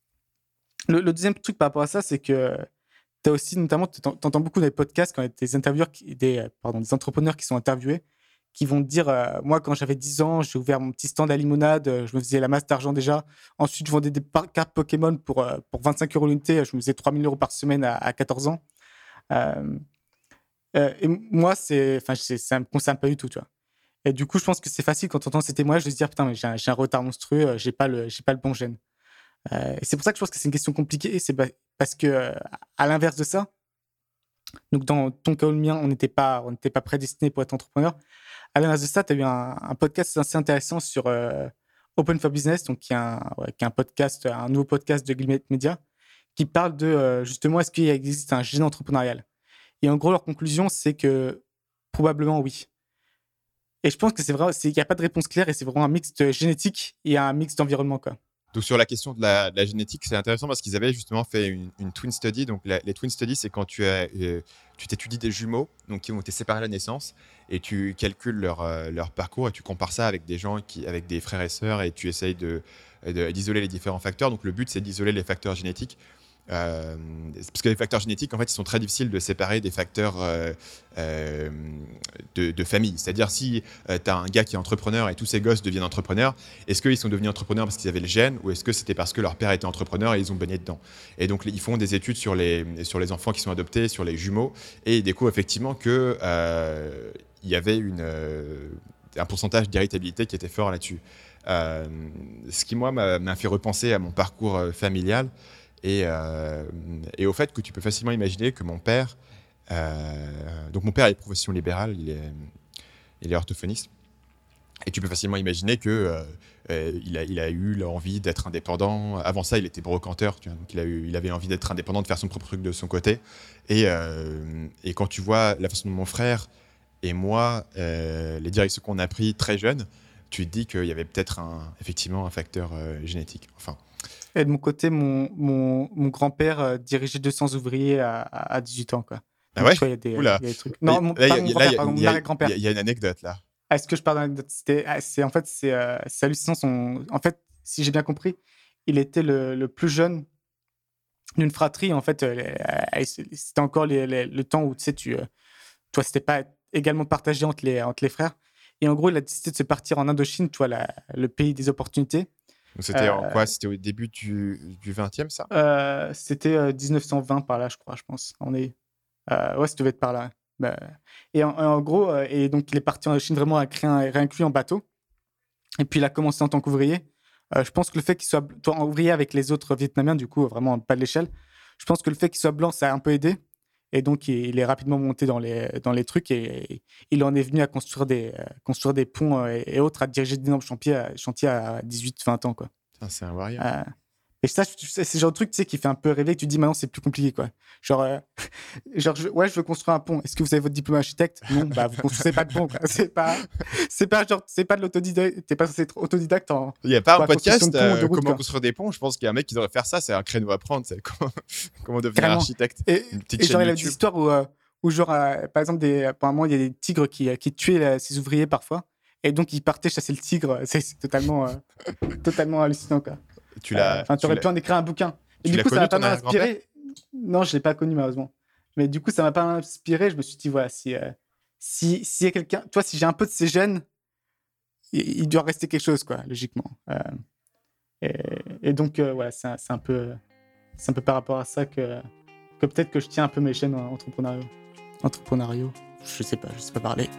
le, le deuxième truc par rapport à ça, c'est que tu as aussi, notamment, tu entends beaucoup dans les podcasts quand il y a des intervieweurs, qui, des, euh, pardon, des entrepreneurs qui sont interviewés, qui vont te dire euh, moi, quand j'avais dix ans, j'ai ouvert mon petit stand à limonade, euh, je me faisais la masse d'argent déjà. Ensuite, je vendais des par- cartes Pokémon pour, euh, pour vingt-cinq euros l'unité. Je me faisais trois mille euros par semaine à, à quatorze ans. Euh, euh, et moi, c'est, enfin, c'est, ça me concerne pas du tout, tu vois. Et du coup, je pense que c'est facile quand on entend ces témoignages de se dire putain, mais j'ai un, j'ai un retard monstrueux, euh, j'ai pas le, j'ai pas le bon gène. Euh, et c'est pour ça que je pense que c'est une question compliquée. C'est ba- parce que, euh, à l'inverse de ça, donc dans ton cas ou le mien, on n'était pas, on n'était pas prédestiné pour être entrepreneur. À l'inverse de ça, tu as eu un, un podcast assez intéressant sur euh, Open for Business, donc qui est un, ouais, qui est un podcast, un nouveau podcast de Gimlet Media, qui parle de euh, justement est-ce qu'il existe un gène entrepreneurial. Et en gros, leur conclusion, c'est que probablement oui. Et je pense que c'est vrai, il n'y a pas de réponse claire et c'est vraiment un mix de génétique et un mix d'environnement, quoi. Donc sur la question de la, de la génétique, c'est intéressant parce qu'ils avaient justement fait une, une twin study. Donc la- les twin studies, c'est quand tu, as, euh, tu t'étudies des jumeaux donc qui ont été séparés à la naissance et tu calcules leur, euh, leur parcours et tu compares ça avec des gens qui, avec des frères et sœurs et tu essayes de, de- d'isoler les différents facteurs. Donc le but, c'est d'isoler les facteurs génétiques. Euh, parce que les facteurs génétiques, en fait, ils sont très difficiles de séparer des facteurs euh, euh, de, de famille. C'est-à-dire, si euh, tu as un gars qui est entrepreneur et tous ses gosses deviennent entrepreneurs, est-ce qu'ils sont devenus entrepreneurs parce qu'ils avaient le gène ou est-ce que c'était parce que leur père était entrepreneur et ils ont baigné dedans ? Et donc, ils font des études sur les, sur les enfants qui sont adoptés, sur les jumeaux, et ils découvrent effectivement qu'il euh, y avait une, euh, un pourcentage d'héritabilité qui était fort là-dessus. Euh, ce qui, moi, m'a, m'a fait repenser à mon parcours euh, familial. Et, euh, et au fait que tu peux facilement imaginer que mon père, euh, donc mon père est de profession libérale, il est, il est orthophoniste, et tu peux facilement imaginer que euh, euh, il, a, il a eu l'envie d'être indépendant. Avant ça, il était brocanteur, tu vois, donc il, a eu, il avait envie d'être indépendant, de faire son propre truc de son côté. Et, euh, et quand tu vois la façon dont mon frère Et moi, euh, les directions qu'on a prises très jeunes, tu te dis qu'il y avait peut-être un, effectivement un facteur euh, génétique. Enfin. Et de mon côté, mon, mon, mon grand-père euh, dirigeait deux cents ouvriers à, à à dix-huit ans, quoi. Donc, Ah ouais. tu vois, il y a des, Oula. il y a des trucs. Là, Non, mon, là, pas il mon y a- là, grand-père, il y a- pardon, il mon y a- arrière-grand-père. il y a- il y a une anecdote là. Ah, est-ce que je parle d'un anecdote? C'était, ah, c'est, en fait, c'est, euh, c'est hallucinant. Son... En fait, si j'ai bien compris, il était le, le plus jeune d'une fratrie. En fait, euh, euh, c'était encore les- les- le temps où, tu sais, tu, euh, toi, c'était pas également partagé entre les, entre les frères. Et en gros, il a décidé de se partir en Indochine, tu vois, la- le pays des opportunités. Donc c'était en Euh, quoi? C'était au début du, du vingtième, ça? Euh, c'était euh, dix-neuf cent vingt par là, je crois, je pense. On est... euh, ouais, ça devait être par là. Bah, et en, en gros, euh, et donc il est parti en Chine vraiment à créer un, rien que lui en bateau. Et puis il a commencé en tant qu'ouvrier. Euh, je pense que le fait qu'il soit toi, en ouvrier avec les autres Vietnamiens, du coup, vraiment pas de l'échelle, je pense que le fait qu'il soit blanc, ça a un peu aidé. Et donc il, il est rapidement monté dans les, dans les trucs et, et il en est venu à construire des, euh, construire des ponts euh, et, et autres, à diriger d'énormes chantiers, à- chantiers à dix-huit vingt ans, quoi. Putain, c'est un warrior. Euh, et ça, je- c'est c'est le genre de truc, tu sais, qui fait un peu rêver, que tu te dis maintenant c'est plus compliqué, quoi. Genre, euh, genre je, ouais, je veux construire un pont. Est-ce que vous avez votre diplôme architecte? Non, bah vous construisez pas de pont, quoi. C'est pas, c'est pas genre, c'est pas de l'autodidacte. T'es pas censé être autodidacte en. Il n'y a pas pour un la construction podcast de ponts, de euh, routes, comment quoi. construire des ponts. Je pense qu'il y a un mec qui devrait faire ça. C'est un créneau à prendre. C'est comment, comment devenir Carrément. architecte. Et, Une petite et genre, chaîne il y a des YouTube. histoires où, euh, où genre, euh, par exemple, des, apparemment, il y a des tigres qui, euh, qui tuaient euh, ses ouvriers parfois. Et donc, ils partaient chasser le tigre. C'est c'est totalement, euh, totalement hallucinant, quoi. Tu l'as. Enfin, tu tu aurais l'as- pu en écrire un bouquin. Et tu du l'as coup, ça connu, m'a pas ton mal arrière-grand-père? inspiré. Non, je l'ai pas connu, malheureusement. Mais du coup, ça m'a pas mal inspiré. Je me suis dit, voilà, si, euh, si, s'il y a quelqu'un, toi, si j'ai un peu de ces gènes, il, il doit rester quelque chose, quoi, logiquement. Euh, et, et donc, euh, voilà, c'est un, c'est un peu, c'est un peu par rapport à ça que, que peut-être que je tiens un peu mes chaînes entrepreneuriaux. Entrepreneuriaux. Je sais pas, je sais pas parler.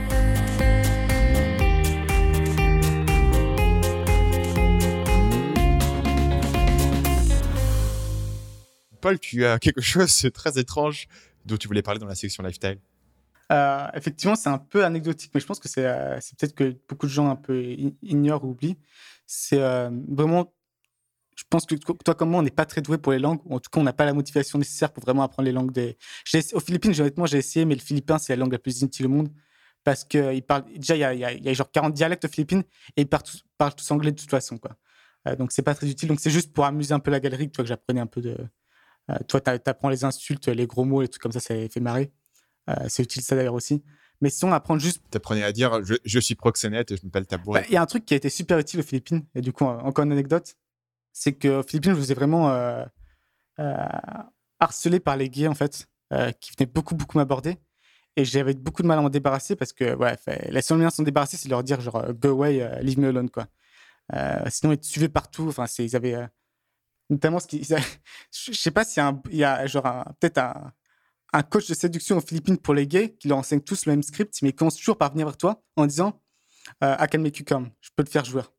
Paul, tu as quelque chose de très étrange dont tu voulais parler dans la section lifestyle. Euh, effectivement, c'est un peu anecdotique, mais je pense que c'est euh, c'est peut-être que beaucoup de gens un peu i- ignorent ou oublient. C'est euh, vraiment, je pense que to- toi comme moi, on n'est pas très doué pour les langues, ou en tout cas, on n'a pas la motivation nécessaire pour vraiment apprendre les langues des. J'ai ess- Aux Philippines, j'ai- honnêtement, j'ai essayé, mais le philippin, c'est la langue la plus inutile au monde parce que ils parlent. Déjà, il y a, il y a- il y a genre quarante dialectes aux Philippines et ils parlent tous, parlent tous anglais de toute façon, quoi. Euh, donc, c'est pas très utile. Donc, c'est juste pour amuser un peu la galerie, toi, que j'apprenais un peu de. Euh, toi, t'a- t'apprends les insultes, les gros mots, les trucs comme ça, ça fait marrer. Euh, c'est utile ça d'ailleurs aussi. Mais sinon, apprendre juste. Tu apprenais à dire je, je suis proxénète et je m'appelle tabouret. Bah, il y a un truc qui a été super utile aux Philippines, et du coup, euh, encore une anecdote, c'est qu'aux Philippines, je vous ai vraiment euh, euh, harcelé par les gays, en fait, euh, qui venaient beaucoup, beaucoup m'aborder. Et j'avais beaucoup de mal à m'en débarrasser parce que, ouais, fait, la seule manière de s'en débarrasser, c'est de leur dire, genre, euh, go away, euh, leave me alone, quoi. Euh, sinon, ils te suivaient partout. Enfin, c'est, ils avaient. euh, notamment, ce qui, ils avaient- je je sais pas s'il y a, un- il y a genre, un- peut-être un, un coach de séduction aux Philippines pour les gays qui leur enseigne tous le même script, mais ils commencent toujours par venir vers toi en disant euh, I can make you come, je peux te faire jouer.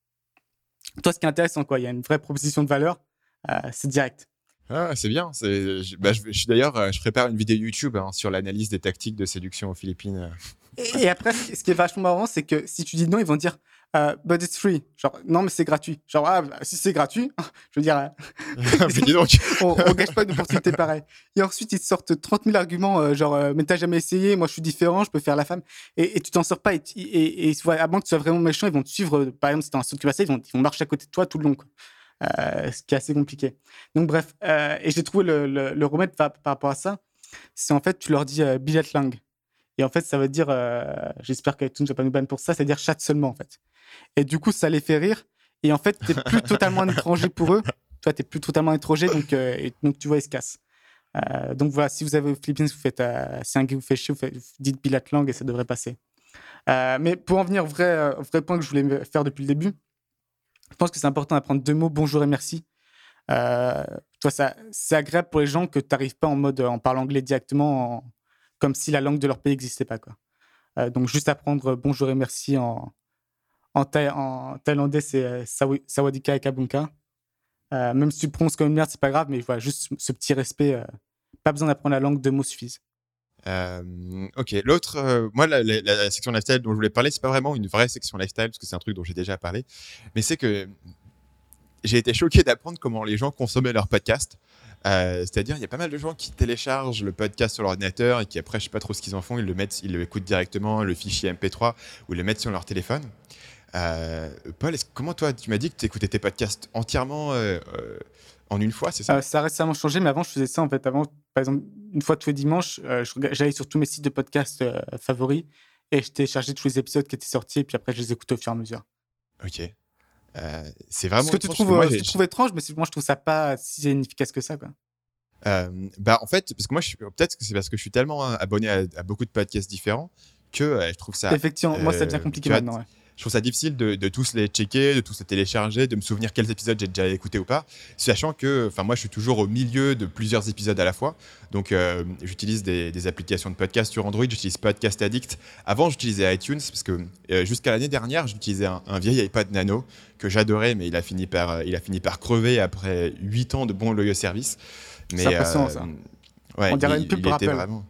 Toi, ce qui est intéressant, quoi, il y a une vraie proposition de valeur, euh, c'est direct. Ah, c'est bien. C'est, je, bah, je, je suis d'ailleurs, euh, je prépare une vidéo YouTube hein, sur l'analyse des tactiques de séduction aux Philippines. Et, et après, ce qui ce qui est vachement marrant, c'est que si tu dis non, ils vont dire euh, but it's free. Genre, non, mais c'est gratuit. Genre, ah, bah, si c'est gratuit, je veux dire, euh, Mais dis donc. on, on gâche pas une opportunité pareille. Et ensuite, ils te sortent trente mille arguments, euh, genre, euh, mais t'as jamais essayé, moi je suis différent, je peux faire la femme. Et, et tu t'en sors pas. Et, et, et, et à moins que tu sois vraiment méchant, ils vont te suivre. euh, Par exemple, si t'es un saut de cuirassé, ils vont, ils vont marcher à côté de toi tout le long, quoi. Euh, ce qui est assez compliqué. Donc, bref. Euh, et j'ai trouvé le, le, le remède par, par rapport à ça. C'est en fait, tu leur dis euh, Billet Lang. Et en fait, ça veut dire, euh, j'espère qu'iTunes ne va pas nous ban pour ça, c'est-à-dire chatte seulement, en fait. Et du coup, ça les fait rire. Et en fait, t'es plus totalement un étranger pour eux. Toi, t'es plus totalement étranger, donc, euh, et, donc tu vois, ils se cassent. Euh, donc voilà, si vous avez aux Philippines, vous faites, euh, si un gars vous fait chier, vous, faites, vous dites Billet Lang et ça devrait passer. Euh, mais pour en venir au vrai, euh, au vrai point que je voulais faire depuis le début, je pense que c'est important d'apprendre deux mots, bonjour et merci. Euh, toi, ça, c'est agréable pour les gens que tu n'arrives pas en mode en parlant anglais directement, en, comme si la langue de leur pays n'existait pas, quoi. Euh, donc, juste apprendre bonjour et merci en, en, thaï- en thaïlandais, c'est euh, sawi- sawadika et kabunka. Euh, même si tu le prononces comme une merde, c'est pas grave, mais voilà, juste ce petit respect. Euh, pas besoin d'apprendre la langue, deux mots suffisent. Euh, ok, l'autre, euh, moi, la, la, la section lifestyle dont je voulais parler, c'est pas vraiment une vraie section lifestyle parce que c'est un truc dont j'ai déjà parlé, mais c'est que j'ai été choqué d'apprendre comment les gens consommaient leur podcast. Euh, c'est-à-dire, il y a pas mal de gens qui téléchargent le podcast sur l'ordinateur et qui après, je sais pas trop ce qu'ils en font, ils le mettent, ils le écoutent directement, le fichier M P trois, ou ils le mettent sur leur téléphone. Euh, Paul, comment toi, tu m'as dit que tu écoutais tes podcasts entièrement euh, euh, en une fois, c'est ça? Euh, ça a récemment changé, mais avant, je faisais ça en fait. Avant, par exemple, une fois tous les dimanches, euh, je rega- j'allais sur tous mes sites de podcasts euh, favoris et je téléchargeais tous les épisodes qui étaient sortis et puis après, je les écoutais au fur et à mesure. Ok. Euh, c'est vraiment Ce que tu étrange, trouves, parce que moi, euh, j'ai- tu trouves étrange, mais c'est- moi, je trouve ça pas si inefficace que ça, quoi. Euh, bah en fait, parce que moi, je suis, peut-être que c'est parce que je suis tellement hein, abonné à, à beaucoup de podcasts différents que euh, je trouve ça. Effectivement, moi, ça devient euh, compliqué tu vois, maintenant. Ouais. Je trouve ça difficile de, de tous les checker, de tous les télécharger, de me souvenir quels épisodes j'ai déjà écouté ou pas, sachant que, enfin moi, je suis toujours au milieu de plusieurs épisodes à la fois. Donc, euh, j'utilise des, des applications de podcast sur Android. J'utilise Podcast Addict. Avant, j'utilisais iTunes parce que euh, jusqu'à l'année dernière, j'utilisais un, un vieil iPad Nano que j'adorais, mais il a fini par, euh, il a fini par crever après huit ans de bons loyaux services. Mais, C'est impressionnant, ça. Ouais, On dirait il, une pub il pour était Apple. vraiment.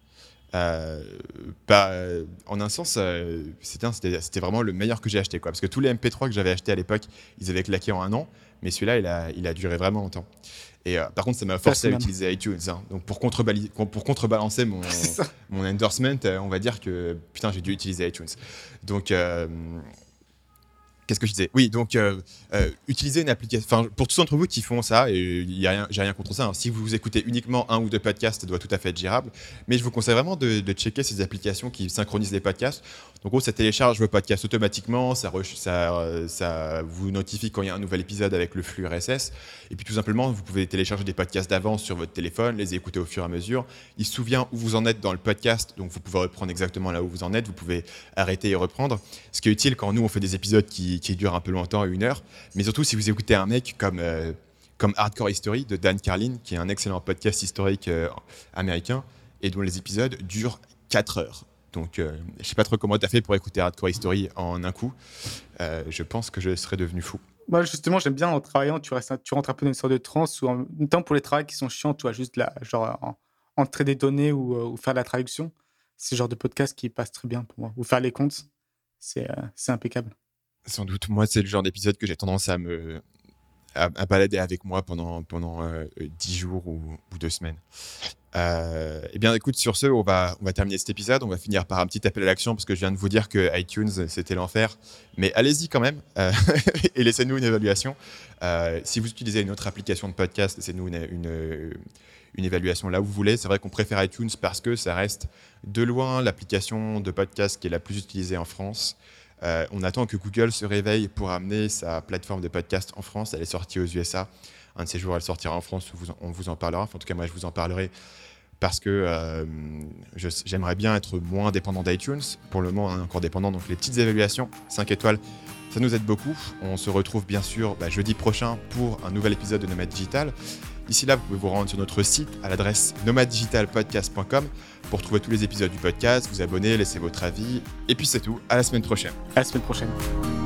Euh, bah, euh, en un sens, euh, c'était, un- c'était, c'était vraiment le meilleur que j'ai acheté, quoi. Parce que tous les M P trois que j'avais achetés à l'époque, ils avaient claqué en un an, mais celui-là, il a, il a duré vraiment longtemps. Et euh, par contre, ça m'a forcé à Personnellement. utiliser iTunes. Hein. Donc pour, contrebali- pour contrebalancer mon, C'est ça. mon endorsement, euh, on va dire que putain, j'ai dû utiliser iTunes. Donc euh, qu'est-ce que je disais? Oui, donc euh, euh, utiliser une application. Enfin, pour tous d'entre vous qui font ça, et il y a rien, j'ai rien contre ça. Hein. Si vous écoutez uniquement un ou deux podcasts, ça doit tout à fait être gérable. Mais je vous conseille vraiment de, de checker ces applications qui synchronisent les podcasts. Donc, en gros, ça télécharge vos podcasts automatiquement, ça, re- ça, euh, ça vous notifie quand il y a un nouvel épisode avec le flux R S S. Et puis, tout simplement, vous pouvez télécharger des podcasts d'avance sur votre téléphone, les écouter au fur et à mesure. Il se souvient où vous en êtes dans le podcast, donc vous pouvez reprendre exactement là où vous en êtes. Vous pouvez arrêter et reprendre. Ce qui est utile quand nous, on fait des épisodes qui, qui durent un peu longtemps, une heure. Mais surtout, si vous écoutez un mec comme, euh, comme Hardcore History de Dan Carlin, qui est un excellent podcast historique euh, américain, et dont les épisodes durent quatre heures. Donc, euh, je ne sais pas trop comment tu as fait pour écouter Hardcore History en un coup. Euh, je pense que je serais devenu fou. Moi, justement, j'aime bien en travaillant, tu, restes, tu rentres un peu dans une sorte de transe ou en même temps pour les travaux qui sont chiants, tu vois, juste là, genre en, entrer des données ou, euh, ou faire de la traduction. C'est le genre de podcast qui passe très bien pour moi. Ou faire les comptes, c'est, euh, c'est impeccable. Sans doute, moi, c'est le genre d'épisode que j'ai tendance à me à, à balader avec moi pendant pendant euh, dix jours ou, ou deux semaines. Euh, eh bien, écoute, sur ce, on va on va terminer cet épisode. On va finir par un petit appel à l'action parce que je viens de vous dire que iTunes c'était l'enfer, mais allez-y quand même euh, et laissez-nous une évaluation. Euh, si vous utilisez une autre application de podcast, laissez-nous une, une une évaluation là où vous voulez. C'est vrai qu'on préfère iTunes parce que ça reste de loin l'application de podcast qui est la plus utilisée en France. Euh, on attend que Google se réveille pour amener sa plateforme de podcast en France. Elle est sortie aux U S A. Un de ces jours, elle sortira en France. On vous en parlera. Enfin, en tout cas, moi, je vous en parlerai parce que euh, je, j'aimerais bien être moins dépendant d'iTunes. Pour le moment, on est encore dépendant. Donc, les petites évaluations, cinq étoiles, ça nous aide beaucoup. On se retrouve bien sûr bah, jeudi prochain pour un nouvel épisode de Nomad Digital. D'ici là, vous pouvez vous rendre sur notre site à l'adresse nomad digital podcast point com pour trouver tous les épisodes du podcast, vous abonner, laisser votre avis. Et puis c'est tout. À la semaine prochaine. À la semaine prochaine.